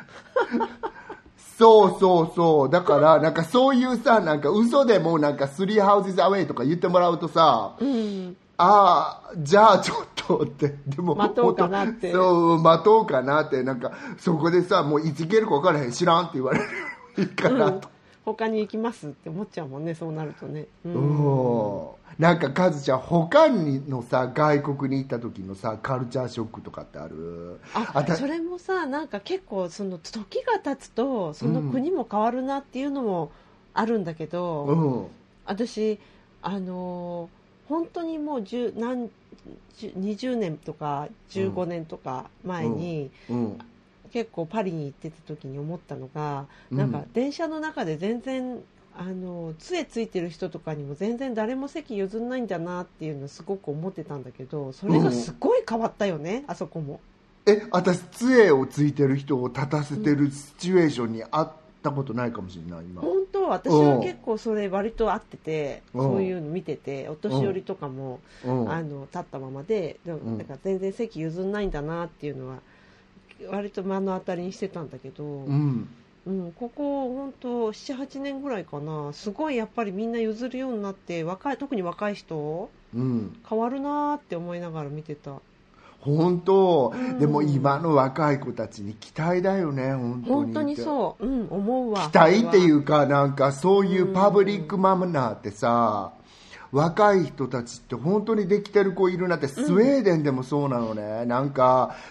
そうだからなんかそういうさなんか嘘でもなんか3 houses away とか言ってもらうとさ、じゃあちょっとってでも待とうかなって待とうかなってなんかそこでさもういつ行けるか分からへん知らんって言われるいいかなと、 他に行きますって思っちゃうもんね、そうなるとね。 なんかカズちゃん他のさ外国に行った時のさカルチャーショックとかってある？ それもさなんか結構その時が経つとその国も変わるなっていうのもあるんだけど、私本当にもう20年とか15年とか前に、結構パリに行ってた時に思ったのが、なんか電車の中で全然杖ついてる人とかにも全然誰も席譲んないんだなっていうのをすごく思ってたんだけど、それがすごい変わったよね、あそこも。 私杖をついてる人を立たせてるシチュエーションにあったことないかもしれない今。 本当私は結構それ割と合ってて、そういうの見ててお年寄りとかも立ったままで、だから全然席譲んないんだなっていうのは割と目の当たりにしてたんだけど、ここ本当 7,8 年ぐらいかな、すごいやっぱりみんな譲るようになって、特に若い人、変わるなって思いながら見てた。 本当、でも今の若い子たちに期待だよね本当にそう、思うわ。 期待っていうかなんかそういうパブリックマナーってさ、若い人たちって本当にできてる子いるなって、スウェーデンでもそうなのね。なんか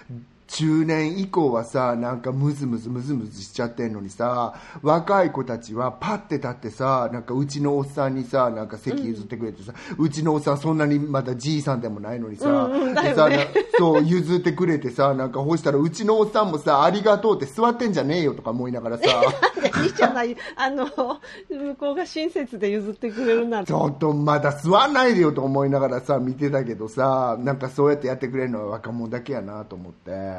中年以降はさ、なんかムズムズしちゃってんのにさ、若い子たちはパッて立ってさ、なんかうちのおっさんにさ、なんか席譲ってくれてさ、うちのおっさんそんなにまだじいさんでもないのにさ、でさ、そう譲ってくれてさ、なんかほしたらうちのおっさんもさ、ありがとうって座ってんじゃねえよとか思いながらさ、 いいじゃない、向こうが親切で譲ってくれるならちょっとまだ座んないでよと思いながらさ見てたけどさ、なんかそうやってやってくれるのは若者だけやなと思って。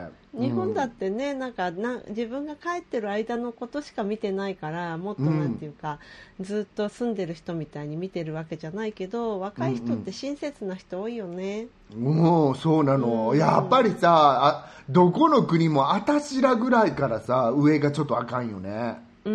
日本だってね、なんか自分が帰ってる間のことしか見てないから、もっとなんていうか、ずっと住んでる人みたいに見てるわけじゃないけど、若い人って親切な人多いよね。 そうなの、やっぱりさ、どこの国もあたしらぐらいからさ上がちょっとあかんよね。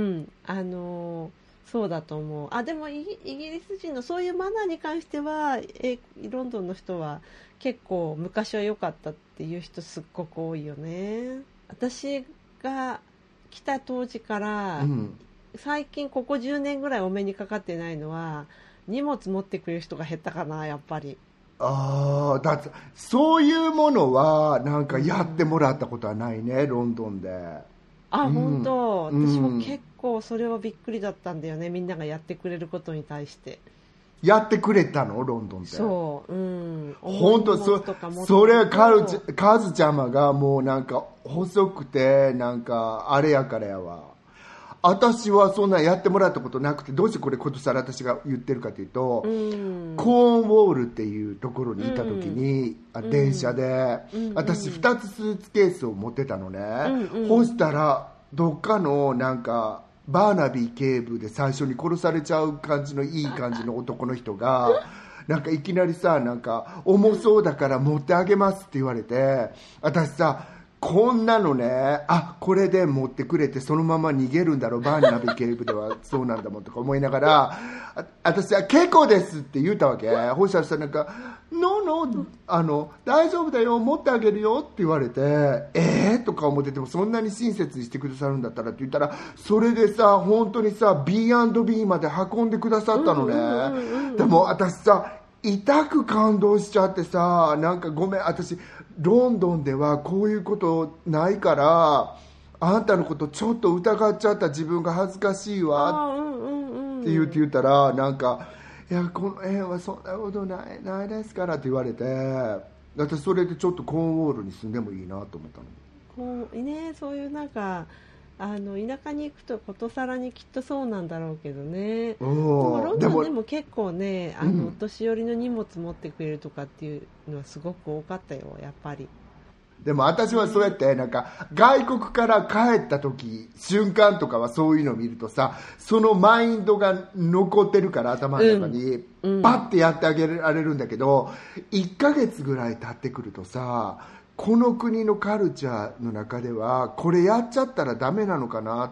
そうだと思う。でもイギリス人のそういうマナーに関しては、ロンドンの人は結構昔は良かったっていう人すっごく多いよね。私が来た当時から、最近ここ10年ぐらいお目にかかってないのは、荷物持ってくれる人が減ったかな、やっぱり。 だってそういうものはなんかやってもらったことはないね、ロンドンで。 本当、私も結構それはびっくりだったんだよね、みんながやってくれることに対して。 やってくれたのロンドンで。 そう、 本当それはカズちゃまがもうなんか細くてなんかあれやからやわ。私はそんなやってもらったことなくて、どうしてこれことさら私が言ってるかというと、コーンウォールっていうところにいた時に、電車で、私2つスーツケースを持ってたのね、そしたらどっかのなんかバーナビー警部で最初に殺されちゃう感じのいい感じの男の人がなんかいきなりさ、なんか重そうだから持ってあげますって言われて、私さこんなのね、これで持ってくれてそのまま逃げるんだろう、バーナビー警部ではそうなんだもんとか思いながら、私は結構ですって言ったわけ。ほしたらさ、なんかノー大丈夫だよ、持ってあげるよって言われて、とか思ってても、そんなに親切にしてくださるんだったらって言ったら、それでさ本当にさ B&B まで運んでくださったのね。でも私さ痛く感動しちゃってさ、なんかごめん、私ロンドンではこういうことないからあんたのことちょっと疑っちゃった、自分が恥ずかしいわって言ったら、なんかいやこの辺はそんなことないですからって言われて、私それでちょっとコーンウォールに住んでもいいなと思ったの。 そういうなんか田舎に行くとことさらにきっとそうなんだろうけどね。でもロンドンでも結構ね、お年寄りの荷物持ってくれるとかっていうのはすごく多かったよ、やっぱり。 でも私はそうやってなんか外国から帰った時瞬間とかはそういうのを見るとさ、そのマインドが残ってるから頭の中にパッてやってあげられるんだけど、1ヶ月ぐらい経ってくるとさ、この国のカルチャーの中ではこれやっちゃったらダメなのかなって、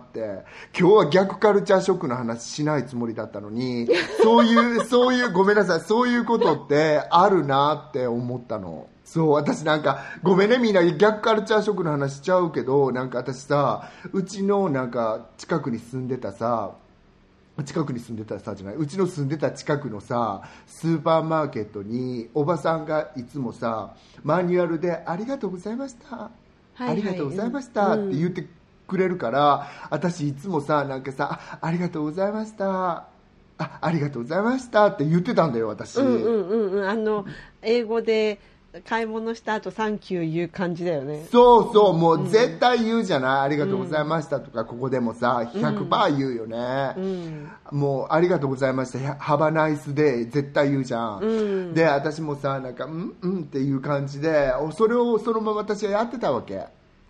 今日は逆カルチャーショックの話しないつもりだったのに、そういうごめんなさい、そういうことってあるなって思ったの。そう、私なんかごめんね、みんな逆カルチャーショックの話しちゃうけど、なんか私さ、うちのなんか近くに住んでたさじゃない、うちの住んでた近くのさスーパーマーケットにおばさんがいつもさマニュアルでありがとうございました、ありがとうございましたって言ってくれるから、私いつもさなんかさありがとうございました、ありがとうございましたって言ってたんだよ私。 英語で買い物した後サンキュー言う感じだよね。 そうもう絶対言うじゃない、ありがとうございましたとか、ここでもさ 100% 言うよね、もうありがとうございました、ハバナイスで絶対言うじゃん、で私もさなんかっていう感じでそれをそのまま私はやってたわけ、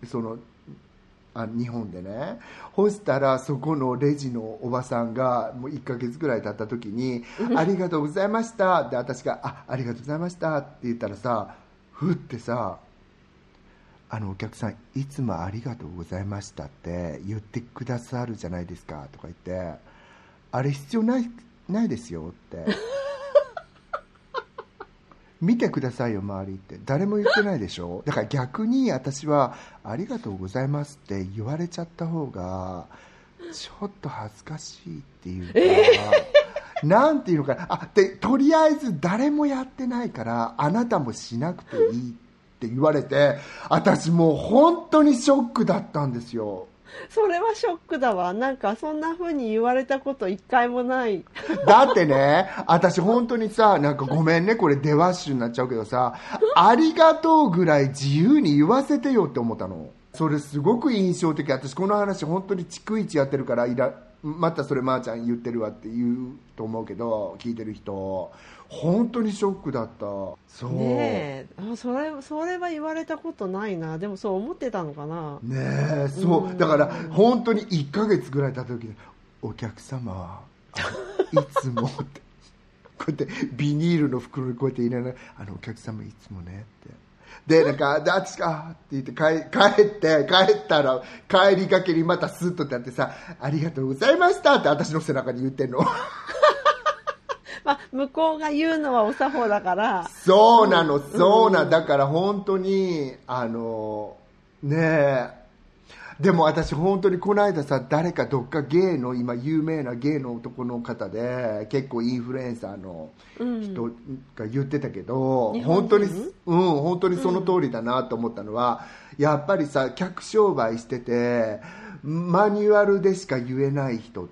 日本でね。そしたらそこのレジのおばさんがもう1ヶ月ぐらい経った時にありがとうございましたって、私がありがとうございましたって言ったらさ、ふってさ、お客さんいつもありがとうございましたって言ってくださるじゃないですかとか言って、あれ必要ないですよって見てくださいよ周りって誰も言ってないでしょ。だから逆に私はありがとうございますって言われちゃった方がちょっと恥ずかしいっていうか、なんていうのかな、でとりあえず誰もやってないからあなたもしなくていいってって言われて、私もう本当にショックだったんですよ。 それはショックだわ。なんかそんな風に言われたこと一回もない。 だってね、私本当にさ、なんかごめんね、これデワッシュになっちゃうけどさ、ありがとうぐらい自由に言わせてよって思ったの。それすごく印象的。私この話本当に逐一やってるからまたそれまーちゃん言ってるわって言うと思うけど、聞いてる人本当にショックだった。そうねえ、それは言われたことないな。でもそう思ってたのかな。 ねえ、そうだから本当に1ヶ月ぐらい経った時に、お客様いつもってこうやってビニールの袋にこうやって入れながら、お客様いつもねってで、なんか、あっちかって言って帰ったら、帰りがけにまたスッとってやってさ、ありがとうございましたって私の背中に言ってんの。 まあ、向こうが言うのはお作法だから。 そうなの、そうな、だから本当に、ねえ、でも私本当にこの間さ、誰かどっかゲイの、今有名なゲイの男の方で結構インフルエンサーの人が言ってたけど、本当にその通りだなと思ったのは、やっぱりさ、客商売しててマニュアルでしか言えない人って、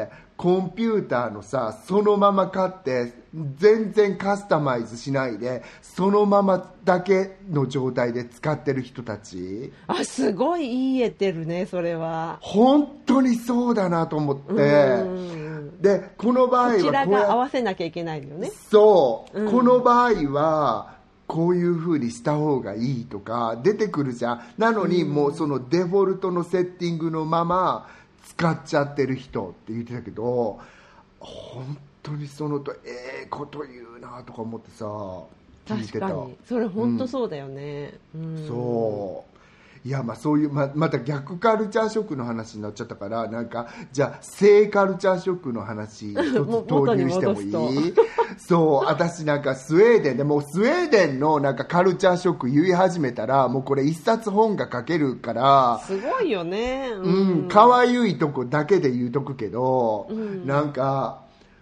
コンピューターのさ、そのまま買って全然カスタマイズしないでそのままだけの状態で使ってる人たち。 すごい言えてるね、それは。 本当にそうだなと思って、でこの場合はこちらが合わせなきゃいけないのよね。 そう、この場合はこういう風にした方がいいとか出てくるじゃん。なのにもうそのデフォルトのセッティングのまま使っちゃってる人って言ってたけど、本当にそのとこと言うなとか思ってさ、聞いてた。 確かにそれ本当そうだよね、 そういや、まあそういう また逆カルチャーショックの話になっちゃったから、なんかじゃあ性カルチャーショックの話一つ投入してもいい？そう私なんかスウェーデンでもうスウェーデンのなんかカルチャーショック言い始めたらもうこれ一冊本が書けるから、 すごいよね。 可愛いとこだけで言うとくけど、なんか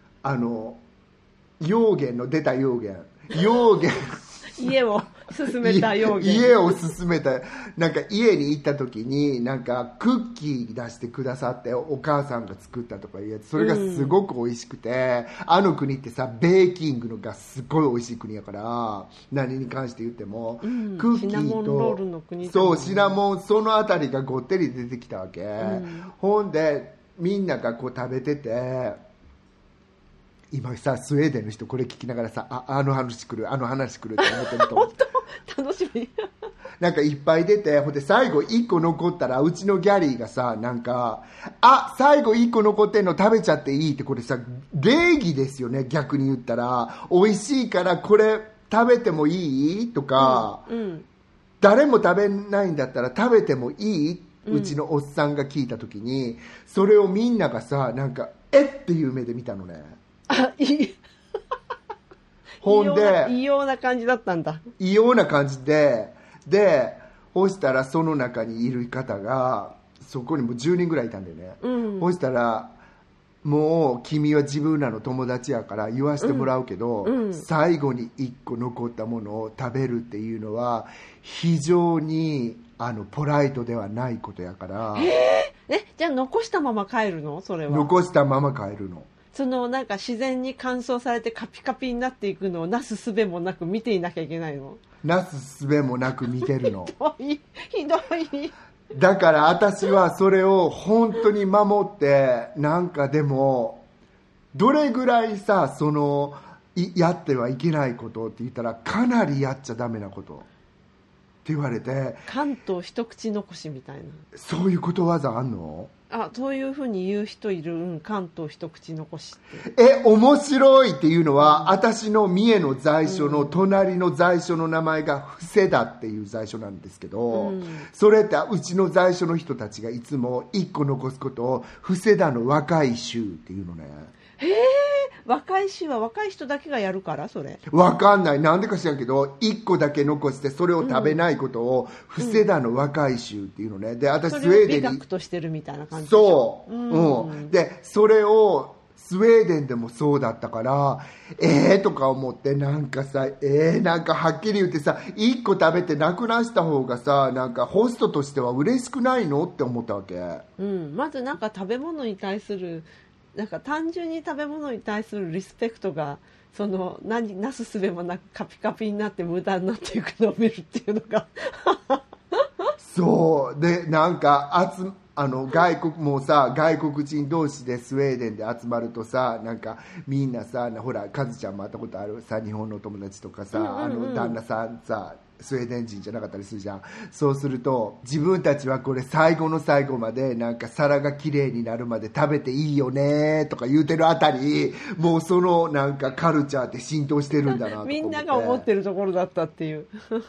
用言の出た用言家を進めた用言。 家を進めた、なんか家に行った時になんかクッキー出してくださって、お母さんが作ったとかいうやつ、それがすごく美味しくて、あの国ってさベーキングのがすごい美味しい国やから、何に関して言っても、クッキーとシナモンロールの国だそうシナモン、そのあたりがごってり出てきたわけ、ほんでみんながこう食べてて、今さスウェーデンの人これ聞きながらさ、あの話来るって思ってると思う。 本当楽しみ。 なんかいっぱい出て、ほんで最後1個残ったら、うちのギャリーがさ、なんか最後1個残ってんの食べちゃっていいって、これさ礼儀ですよね、逆に言ったら。美味しいからこれ食べてもいいとか、誰も食べないんだったら食べてもいい、うちのおっさんが聞いた時に、それをみんながさ、なんかっていう目で見たのね。ほんで異様な感じだったんだ。 異様な感じで、そしたらその中にいる方が、そこにも10人ぐらいいたんだよね、そしたら、もう君は自分らの友達やから言わせてもらうけど、最後に1個残ったものを食べるっていうのは非常にポライトではないことやから。 じゃあ残したまま帰るの？それは残したまま帰るの。 なんか自然に乾燥されてカピカピになっていくのをなすすべもなく見ていなきゃいけないの？ なすすべもなく見てるの。 ひどい。 だから私はそれを本当に守って、なんかでもどれぐらいさ、やってはいけないことって言ったら、かなりやっちゃダメなことって言われて、 関東一口残しみたいな、 そういうことわざあんの？ そういうふうに言う人いる、関東一口残しって。 面白いっていうのは、私の三重の在所の隣の在所の名前が布施田っていう在所なんですけど、それってうちの在所の人たちがいつも一個残すことを布施田の若い衆っていうのね。 若い衆は若い人だけがやるから、それわかんない、なんでか知らんけど1個だけ残してそれを食べないことを布施田の若い衆っていうのね。で私スウェーデンにそれを美学としてるみたいな感じでしょ。 そう、でそれをススウェーデンでもそうだったから、とか思って、なんかさ、なんかはっきり言ってさ、1個食べてなくなした方がさ、なんかホストとしては嬉しくないのって思ったわけ。 まずなんか食べ物に対する、なんか単純に食べ物に対するリスペクトが、そのなすすべもなくカピカピになって無駄になっていくのを見るっていうのがそうで、なんか外国もさ、外国人同士でスウェーデンで集まるとさ、なんかみんなさ、ほらカズちゃんも会ったことあるさ、日本のお友達とかさ、旦那さんさスウェーデン人じゃなかったりするじゃん。そうすると自分たちはこれ最後の最後までなんか皿がきれいになるまで食べていいよねとか言うてるあたり、もうそのなんかカルチャーって浸透してるんだなと思ってみんなが思ってるところだったっていう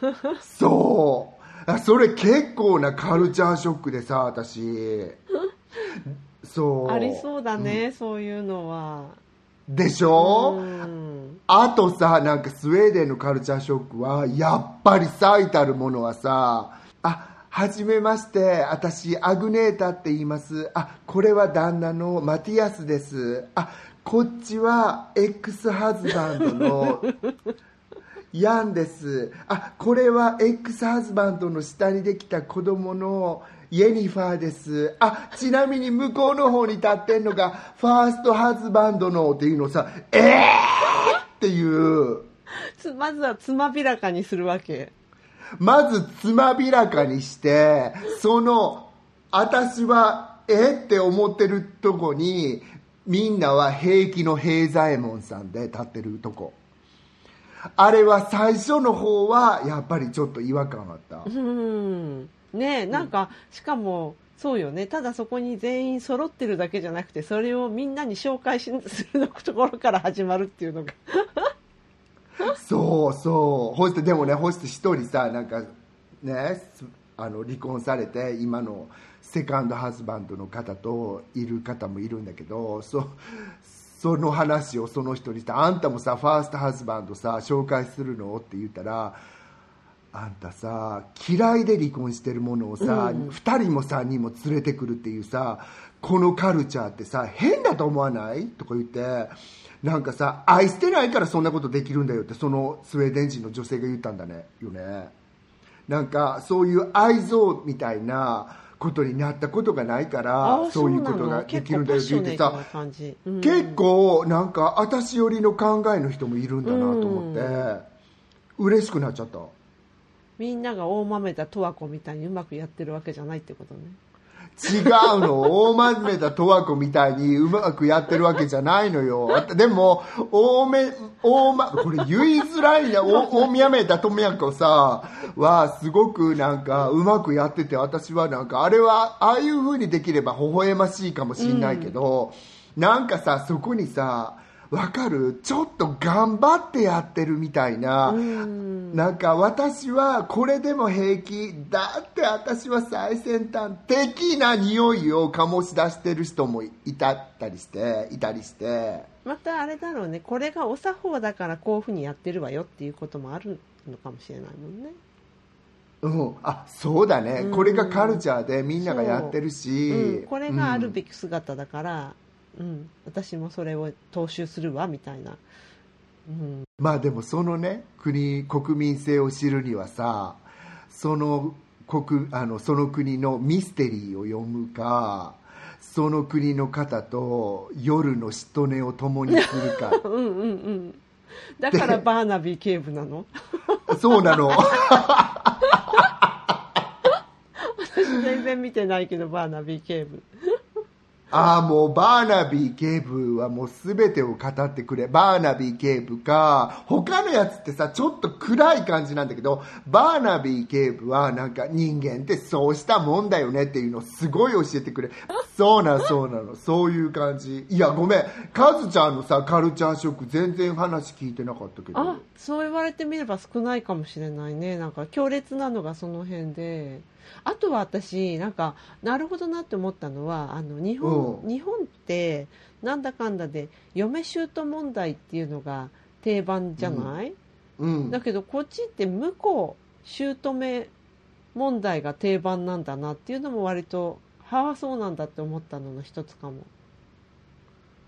そうそれ結構なカルチャーショックでさ、私そうありそうだね、そういうのは。 でしょ。あとさ、なんかスウェーデンのカルチャーショックはやっぱり最たるものはさ、はじめまして、私アグネータって言います。これは旦那のマティアスです。こっちはエクスハズバンドのヤンです。これはエクスハズバンドの下にできた子供のイェニファーです。ちなみに向こうの方に立ってんのがファーストハズバンドのっていうのをさ、っていうまずはつまびらかにするわけ。 まずつまびらかにして、その私はって思ってるとこにみんなは平気の平左衛門さんで立ってるとこ、あれは最初の方はやっぱりちょっと違和感あった。 ねえ、なんか、しかもそうよね、ただそこに全員揃ってるだけじゃなくて、それをみんなに紹介するところから始まるっていうのがそうそう。でもね、ホスト一人さ、なんかね、離婚されて今のセカンドハズバンドの方といる方もいるんだけど、その話をその人にして、あんたもさファーストハズバンドさ紹介するのって言ったら、あんたさ嫌いで離婚してるものをさ、2人も3人も連れてくるっていうさ、このカルチャーってさ変だと思わないとか言って、なんかさ、愛してないからそんなことできるんだよってそのスウェーデン人の女性が言ったんだねよね。なんかそういう愛憎みたいなことになったことがないから、そういうことができるんだよって言ってさ、結構なんか私寄りの考えの人もいるんだなと思って嬉しくなっちゃった。 みんなが大豆田十和子みたいにうまくやってるわけじゃないってことね。 違うの。大真面目だ十和子みたいにうまくやってるわけじゃないのよ。でもこれ言いづらいな。大宮目だとみやこさはすごくなんかうまくやってて、私はなんかあれはああいう風にできれば微笑ましいかもしんないけど、なんかさそこにさ、わかる？ちょっと頑張ってやってるみたいな、なんか私はこれでも平気だって私は最先端的な匂いを醸し出してる人もいたりして、 またあれだろうね、これがお作法だからこういうふうにやってるわよっていうこともあるのかもしれないもんね。 そうだね、これがカルチャーでみんながやってるし、 これがあるべき姿だから、私もそれを踏襲するわみたいな、 まあでもそのね国民性を知るにはさ、その国のミステリーを読むか、その国の方と夜のしとねを共にするかだからバーナビー警部なのそうなの私全然見てないけど、バーナビー警部もうバーナビー警部はもう全てを語ってくれ。バーナビー警部か、他のやつってさちょっと暗い感じなんだけど、バーナビー警部はなんか人間ってそうしたもんだよねっていうのをすごい教えてくれ。そうなの、そういう感じ。いやごめん、カズちゃんのさカルチャーショック全然話聞いてなかったけど。 そう言われてみれば少ないかもしれないね。なんか強烈なのがその辺で、あとは私なんかなるほどなって思ったのは、日本ってなんだかんだで嫁姑問題っていうのが定番じゃない、だけどこっちって婿姑問題が定番なんだなっていうのも割とそうなんだって思ったのの一つかも。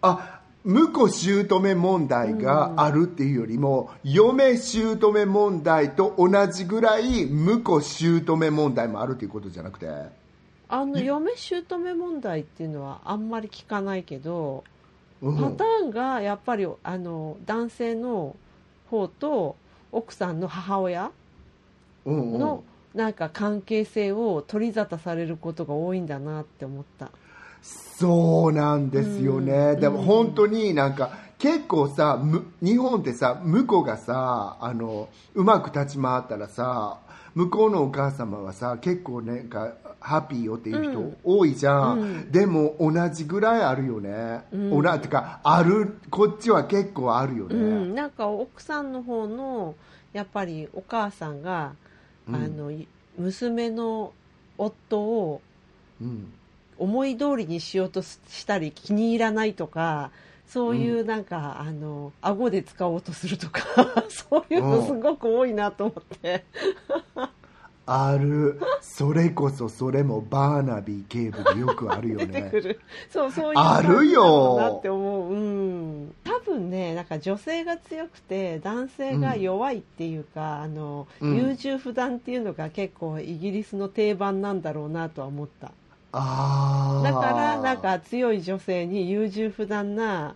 婿姑問題があるっていうよりも、嫁姑問題と同じぐらい婿姑問題もあるっていうことじゃなくて、 嫁姑問題っていうのはあんまり聞かないけど、パターンがやっぱり男性の方と奥さんの母親のなんか関係性を取り沙汰されることが多いんだなって思った。 そうなんですよね、でも本当になんか結構さ、日本ってさ、婿がさうまく立ち回ったらさ、向こうのお母様はさ結構なんかハッピーよっていう人多いじゃん、でも同じぐらいあるよね、てかこっちは結構あるよね、 なんか奥さんの方のやっぱりお母さんが、娘の夫を、思い通りにしようとしたり気に入らないとか、そういうなんか、顎で使おうとするとかそういうのすごく多いなと思ってある。それこそそれもバーナビー警部でよくあるよね。 出てくる。そういうあるよなって思う。多分ね、なんか女性が強くて男性が弱いっていうか、優柔不断っていうのが結構イギリスの定番なんだろうなとは思った。だからなんか強い女性に優柔不断な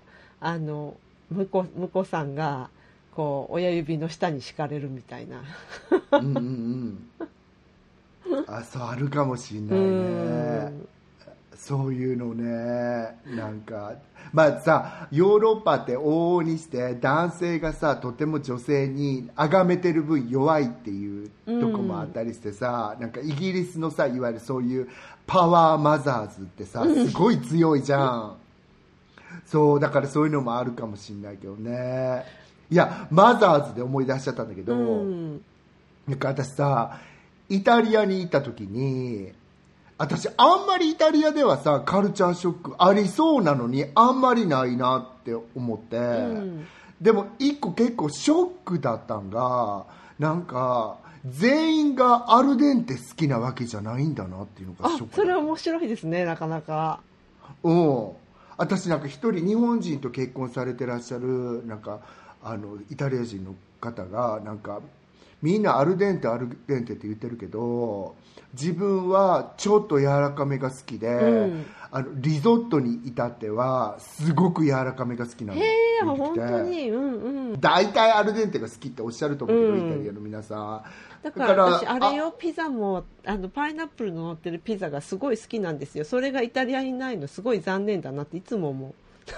婿さんがこう親指の下に敷かれるみたいなそうあるかもしれないね、そういうのね。なんかさ、ヨーロッパって往々にして男性がさとても女性に崇めてる分弱いっていうとこもあったりしてさ、なんかイギリスのさ、いわゆるそういうパワーマザーズってさすごい強いじゃんそうだからそういうのもあるかもしれないけどね。いや、マザーズで思い出しちゃったんだけど、なんか私さイタリアに行った時に、私あんまりイタリアではさカルチャーショックありそうなのにあんまりないなって思って、でも一個結構ショックだったんが、なんか全員がアルデンテ好きなわけじゃないんだなっていうのがショック。 それは面白いですね、なかなか。 私なんか一人日本人と結婚されてらっしゃるなんかイタリア人の方が、なんかみんなアルデンテって言ってるけど、自分はちょっと柔らかめが好きで、リゾットに至ってはすごく柔らかめが好きなの。 本当に、 大体アルデンテが好きっておっしゃると思うけど、イタリアの皆さん。 だから私あれよ、ピザもパイナップルの乗ってるピザがすごい好きなんですよ。それがイタリアにないのすごい残念だなっていつも思う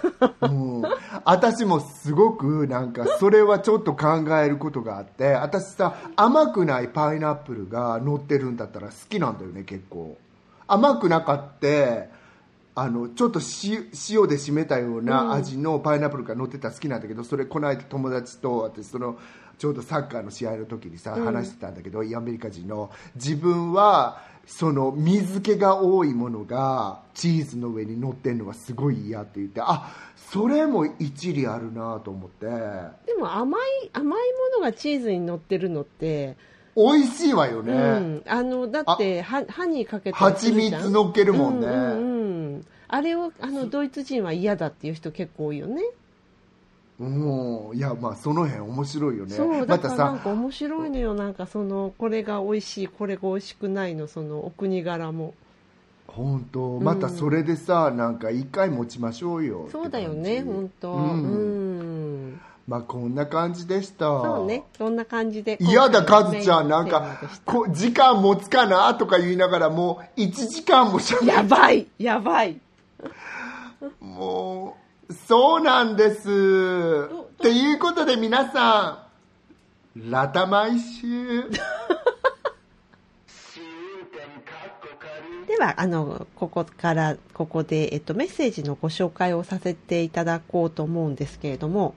私もすごくなんかそれはちょっと考えることがあって、私さ甘くないパイナップルが乗ってるんだったら好きなんだよね。結構甘くなかってちょっと塩で締めたような味のパイナップルが乗ってたら好きなんだけど、それこの間友達と私ちょうどサッカーの試合の時にさ話してたんだけど、アメリカ人の自分はその水気が多いものがチーズの上に乗ってるのがすごい嫌って言って、それも一理あるなと思って。 でも甘いものがチーズに乗ってるのって美味しいわよね、 だってハニーかけて蜂蜜乗っけるもんね、 あれをドイツ人は嫌だっていう人結構多いよね。 いやその辺面白いよね。 そうだからなんか面白いのよ。なんかこれが美味しいこれが美味しくないのそのお国柄も本当、またそれでさ、なんか一回持ちましょうよ。 そうだよね本当。 こんな感じでした。 そうね、そんな感じで。 嫌だカズちゃん、なんか時間持つかなとか言いながらもう1時間もしゃべる。やばいもうそうなんです。っていうことで皆さん、ラタ毎週ではここで、メッセージのご紹介をさせていただこうと思うんですけれども、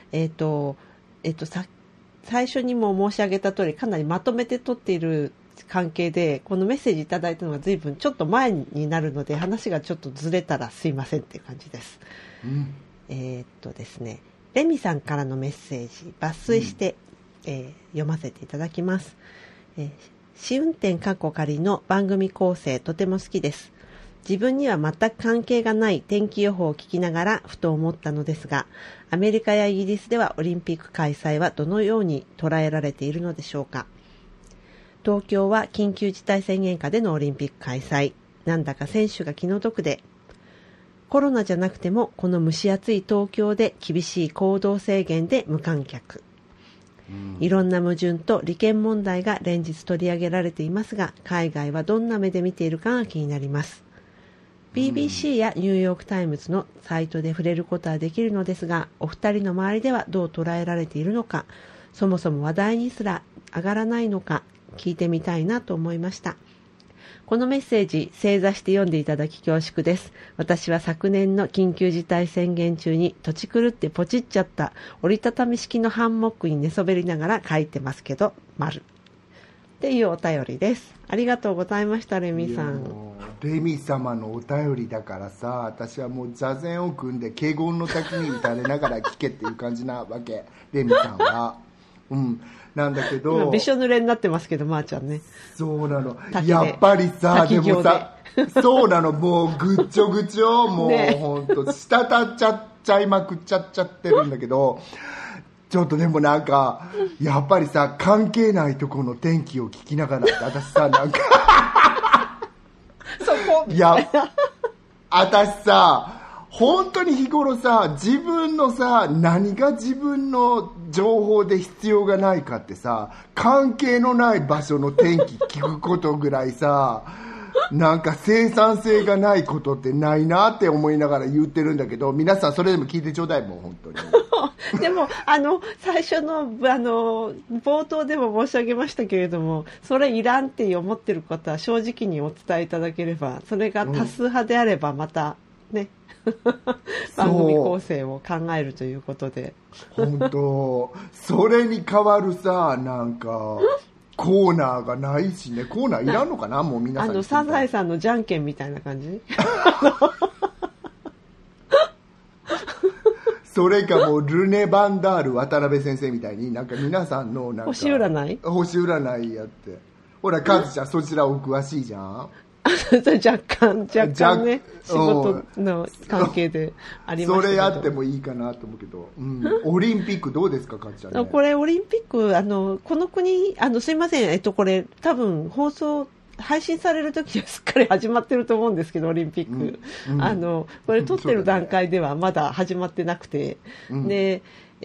最初にも申し上げた通りかなりまとめて撮っている関係で、このメッセージいただいたのが随分ちょっと前になるので話がちょっとずれたらすいませんっていう感じです。ですね、レミさんからのメッセージ抜粋して、読ませていただきます。試運転（仮）の番組構成とても好きです。 自分には全く関係がない天気予報を聞きながらふと思ったのですが、アメリカやイギリスではオリンピック開催はどのように捉えられているのでしょうか。東京は緊急事態宣言下でのオリンピック開催。なんだか選手が気の毒で、コロナじゃなくてもこの蒸し暑い東京で厳しい行動制限で無観客。いろんな矛盾と利権問題が連日取り上げられていますが、海外はどんな目で見ているかが気になります。BBC やニューヨークタイムズのサイトで触れることはできるのですが、お二人の周りではどう捉えられているのか、そもそも話題にすら上がらないのか聞いてみたいなと思いました。このメッセージ正座して読んでいただき恐縮です。私は昨年の緊急事態宣言中に土地狂ってポチっちゃった折りたたみ式のハンモックに寝そべりながら書いてますけど、丸っていうお便りです。ありがとうございました。レミさん。 レミ様のお便りだからさ、私はもう座禅を組んで華厳の滝に打たれながら聞けっていう感じなわけ、レミさんは。なんだけど今びしょ濡れになってますけど、まーちゃんね。 そうなの。やっぱりさ、でもさ、そうなの、もうぐっちょぐちょ、もう本当、滴っちゃいまくっちゃってるんだけど、ちょっとでもなんか、やっぱりさ、関係ないところの天気を聞きながらって、私さ、なんかそこいや、私さ、本当に日頃さ、自分のさ、何が自分の情報で必要がないかってさ、関係のない場所の天気聞くことぐらいさ、なんか生産性がないことってないなって思いながら言ってるんだけど、皆さんそれでも聞いてちょうだい、もう本当に。 でも最初の冒頭でも申し上げましたけれども、それいらんって思ってることは正直にお伝えいただければ、それが多数派であればまたね、番組構成を考えるということで、 本当それに代わるさ、なんかコーナーがないしね。コーナーいらんのかな、もう皆さん。 サザエさんのじゃんけんみたいな感じそれかもうルネ・バンダール渡辺先生みたいに、なんか皆さんのなんか星占いやって、ほらカズちゃんそちらお詳しいじゃん。 若干ね、仕事の関係でありましたけど、 それやってもいいかなと思うけど、オリンピックどうですか、カズちゃん、ね、 これオリンピックこの国すいません、これ多分配信される時はすっかり始まってると思うんですけど、オリンピック、これ撮ってる段階ではまだ始まってなくて、で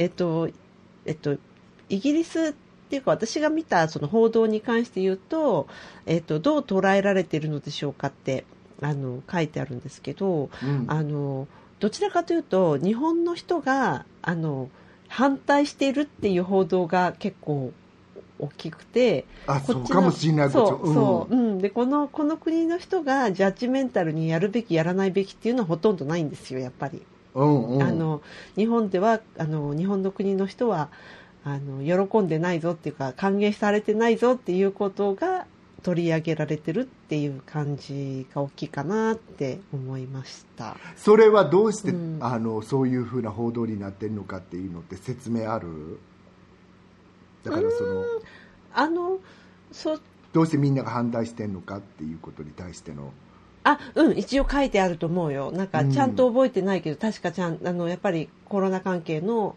イギリスっていうか、私が見たその報道に関して言うと、どう捉えられているのでしょうかって書いてあるんですけど、どちらかというと日本の人が反対しているっていう報道が結構大きくて、 そうかもしれない。 でこの国の人がジャッジメンタルにやるべきやらないべきっていうのはほとんどないんですよ、やっぱり。日本では日本の国の人は喜んでないぞっていうか、歓迎されてないぞっていうことが取り上げられてるっていう感じが大きいかなって思いました。 それはどうして、そういうふうな報道になってるのかっていうのって説明ある？だからどうしてみんなが反対してるのかっていうことに対しての。 一応書いてあると思うよ。なんかちゃんと覚えてないけど、確かやっぱりコロナ関係の、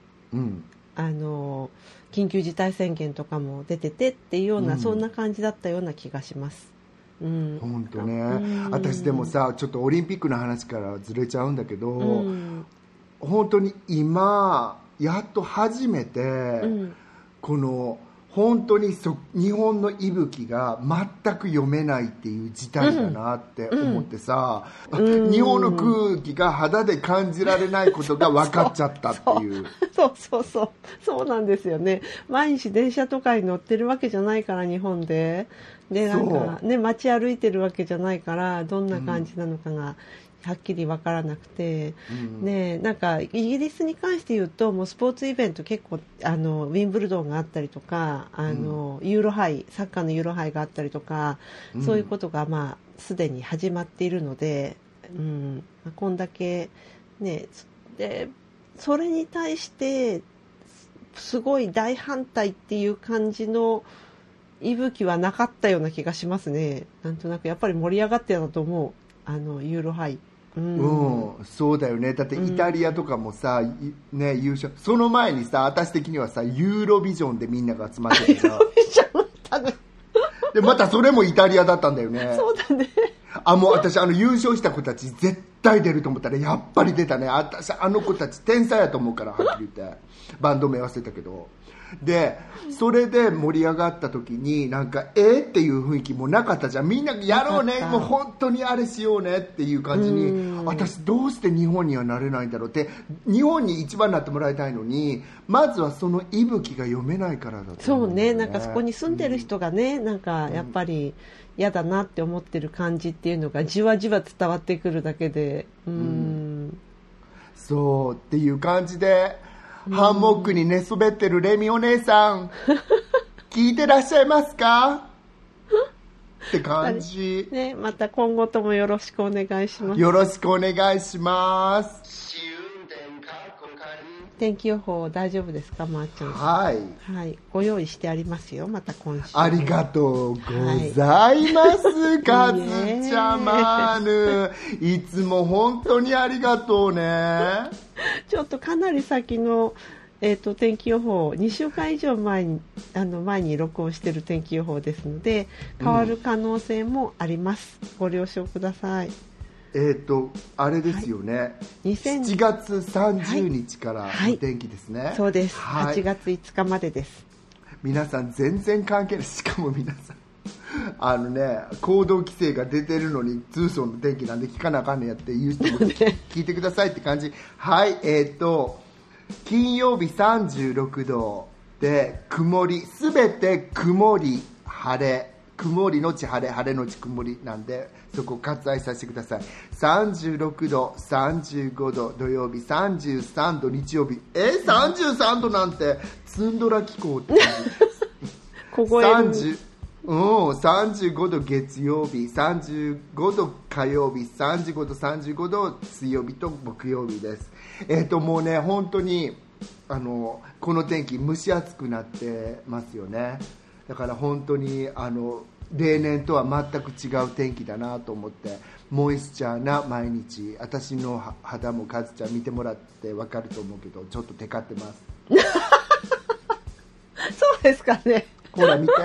緊急事態宣言とかも出ててっていうような、そんな感じだったような気がします。 本当ね。私でもさ、ちょっとオリンピックの話からずれちゃうんだけど、本当に今やっと初めて、この本当に日本の息吹が全く読めないっていう事態だなって思ってさ、日本の空気が肌で感じられないことが分かっちゃったっていう。 そうなんですよね。毎日電車とかに乗ってるわけじゃないから、日本でなんかね、街歩いてるわけじゃないから、どんな感じなのかがはっきり分からなくて、なんかイギリスに関して言うと、もうスポーツイベント結構ウィンブルドンがあったりとか、ユーロ杯、サッカーのユーロ杯があったりとか、そういうことがすでに始まっているので、こんだけね、でそれに対してすごい大反対っていう感じの息吹はなかったような気がしますね。なんとなくやっぱり盛り上がってたと思う。 ユーロハイ、 そうだよね。だってイタリアとかもさ、ね、優勝、その前にさ、私的にはさ、ユーロビジョンでみんなが集まってたからでまたそれもイタリアだったんだよね。 そうだね。 もう私優勝した子たち絶対出ると思ったらやっぱり出たね。私子たち天才やと思うから、はっきり言ってバンド名忘れたけど、でそれで盛り上がった時になんかっていう雰囲気もなかったじゃん。みんなやろうね、もう本当にあれしようねっていう感じに、私どうして日本にはなれないんだろうって、日本に一番になってもらいたいのに、まずはその息吹が読めないからだと思う、 そうね。なんかそこに住んでる人がね、なんかやっぱり嫌だなって思ってる感じっていうのがじわじわ伝わってくるだけで、 そうっていう感じで、ハンモックに寝そべってるレミお姉さん聞いてらっしゃいますかって感じ、 ね、また今後ともよろしくお願いします。 よろしくお願いします。 天気予報大丈夫ですか、まーちゃん。 はい、 ご用意してありますよ、また今週。 ありがとうございます、かずちゃまぬいつも本当にありがとうね。 ちょっとかなり先の、天気予報、2週間以上前に録音している天気予報ですので、変わる可能性もあります、ご了承ください。 あれですよね、7月30日からの天気ですね。 そうです、8月5日までです。 皆さん全然関係ない。しかも皆さん行動規制が出てるのに通奏の天気なんで聞かなあかんねやっていう人も聞いてくださいって感じ。はい、金曜日36度で曇り、すべて曇り晴れ、曇りのち晴れ、晴れのち曇りなんで、そこ割愛させてください。36度、35度土曜日、33度日曜日。33度なんてツンドラ気候って35度月曜日、35度火曜日、35度35度水曜日と木曜日です。もうね、本当にこの天気蒸し暑くなってますよね。だから本当に例年とは全く違う天気だなと思って、モイスチャーな毎日。私の肌もカズちゃん見てもらって分かると思うけど、ちょっとテカってますそうですかね。 ほら見て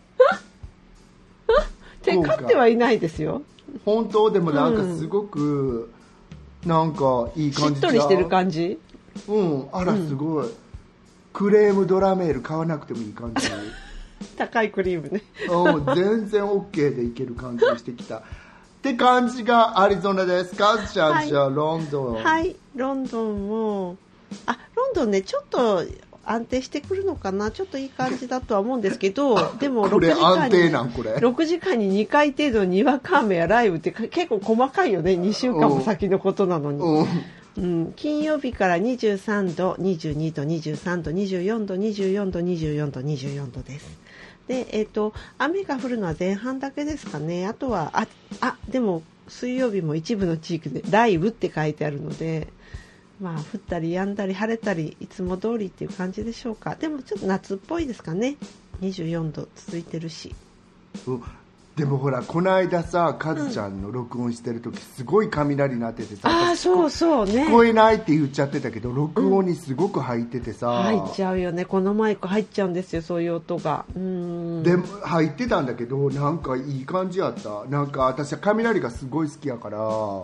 テカってはいないですよ。 本当。でもなんかすごく、なんかいい感じ。 しっとりしてる感じ。 あらすごい、クレームドラメール買わなくてもいい感じ高いクリームね全然 OK でいける感じにしてきたって感じがアリゾナです。カズちゃん、じゃあロンドン。 はい、ロンドンもロンドンね、ちょっと安定してくるのかな。ちょっといい感じだとは思うんですけどでもこれ安定なんこれ 6時間に2回程度にわか雨や雷雨って結構細かいよね。2週間も先のことなのに。金曜日から23度、22度、23度、24度、24度、24度、24度です。で、雨が降るのは前半だけですかね。あとはでも水曜日も一部の地域で雷雨って書いてあるので、降ったり止んだり晴れたりいつも通りっていう感じでしょうか。でもちょっと夏っぽいですかね。24度続いてるし。 でもほら、この間さ、カズちゃんの録音してる時すごい雷鳴っててさ、 そうそうね、 聞こえないって言っちゃってたけど、録音にすごく入っててさ、 入っちゃうよね。このマイク入っちゃうんですよ、そういう音が。 で入ってたんだけど、なんかいい感じやった。なんか私は雷がすごい好きやから、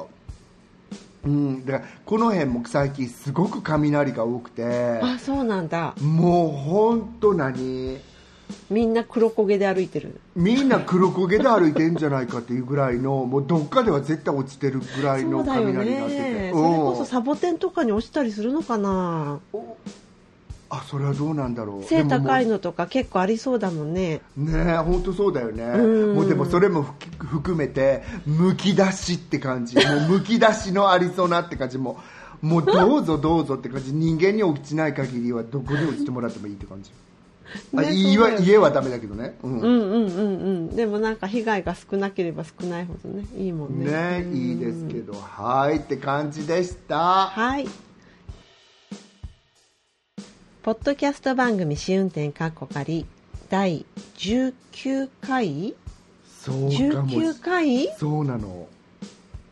でこの辺も最近すごく雷が多くて。 そうなんだ。 もう本当みんな黒焦げで歩いてる。 みんな黒焦げで歩いてんじゃないかっていうぐらいの、もうどっかでは絶対落ちてるぐらいの雷になってて。 それこそサボテンとかに落ちたりするのかな。 それはどうなんだろう。 背高いのとか結構ありそうだもんね。 本当そうだよね。もうでもそれも含めてむき出しって感じ。もうむき出しのアリゾナって感じ。もうどうぞどうぞって感じ。人間に落ちない限りはどこに落ちてもらってもいいって感じ。家はダメだけどね。 でもなんか被害が少なければ少ないほどね、いいもんね。 いいですけど、はいって感じでした。 はい。ポッドキャスト番組試運転かっこかり第19回。 そうかも。 19回。 そうなの。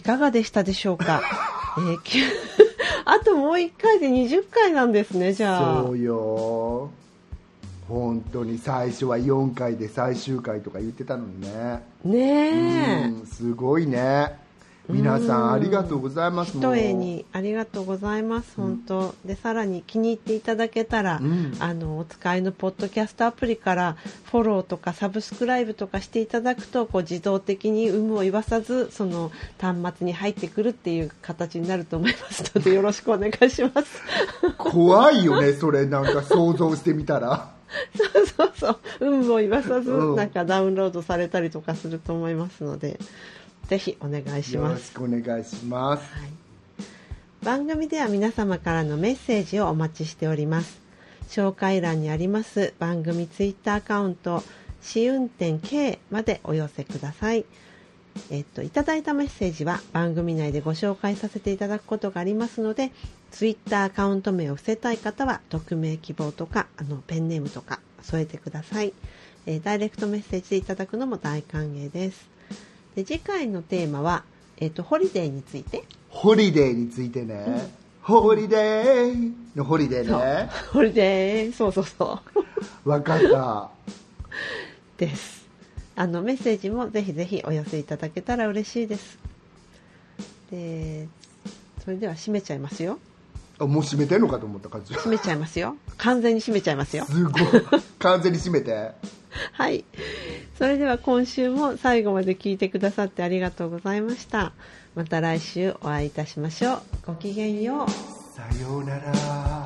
かがでしたでしょうか。あともう1回で20回なんですね。じゃあそうよ、本当に最初は4回で最終回とか言ってたのにね。 ねえ、 すごいね。皆さんありがとうございます。 ひとえにありがとうございます。本当で、さらに気に入っていただけたら、お使いのポッドキャストアプリからフォローとかサブスクライブとかしていただくと、こう自動的に有無を言わさずその端末に入ってくるっていう形になると思いますので、よろしくお願いします。 怖いよね、それ。なんか想像してみたらそう有無を言わさず、なんかダウンロードされたりとかすると思いますので、ぜひお願いします。 よろしくお願いします。 番組では皆様からのメッセージをお待ちしております。紹介欄にあります番組ツイッターアカウント試運転 K までお寄せください。いただいたメッセージは番組内でご紹介させていただくことがありますので、ツイッターアカウント名を伏せたい方は匿名希望とかペンネームとか添えてください。ダイレクトメッセージでいただくのも大歓迎です。で、次回のテーマは、ホリデーについて。 ホリデーについてね、ホリデーのホリデーね。 ホリデー、そうわかったです。メッセージもぜひぜひお寄せいただけたら嬉しいです。で、それでは締めちゃいますよ。 もう締めてんのかと思った。 締めちゃいますよ。完全に締めちゃいますよ。 すごい完全に締めてはい、それでは今週も最後まで聞いてくださってありがとうございました。また来週お会いいたしましょう。ごきげんよう。 さようなら。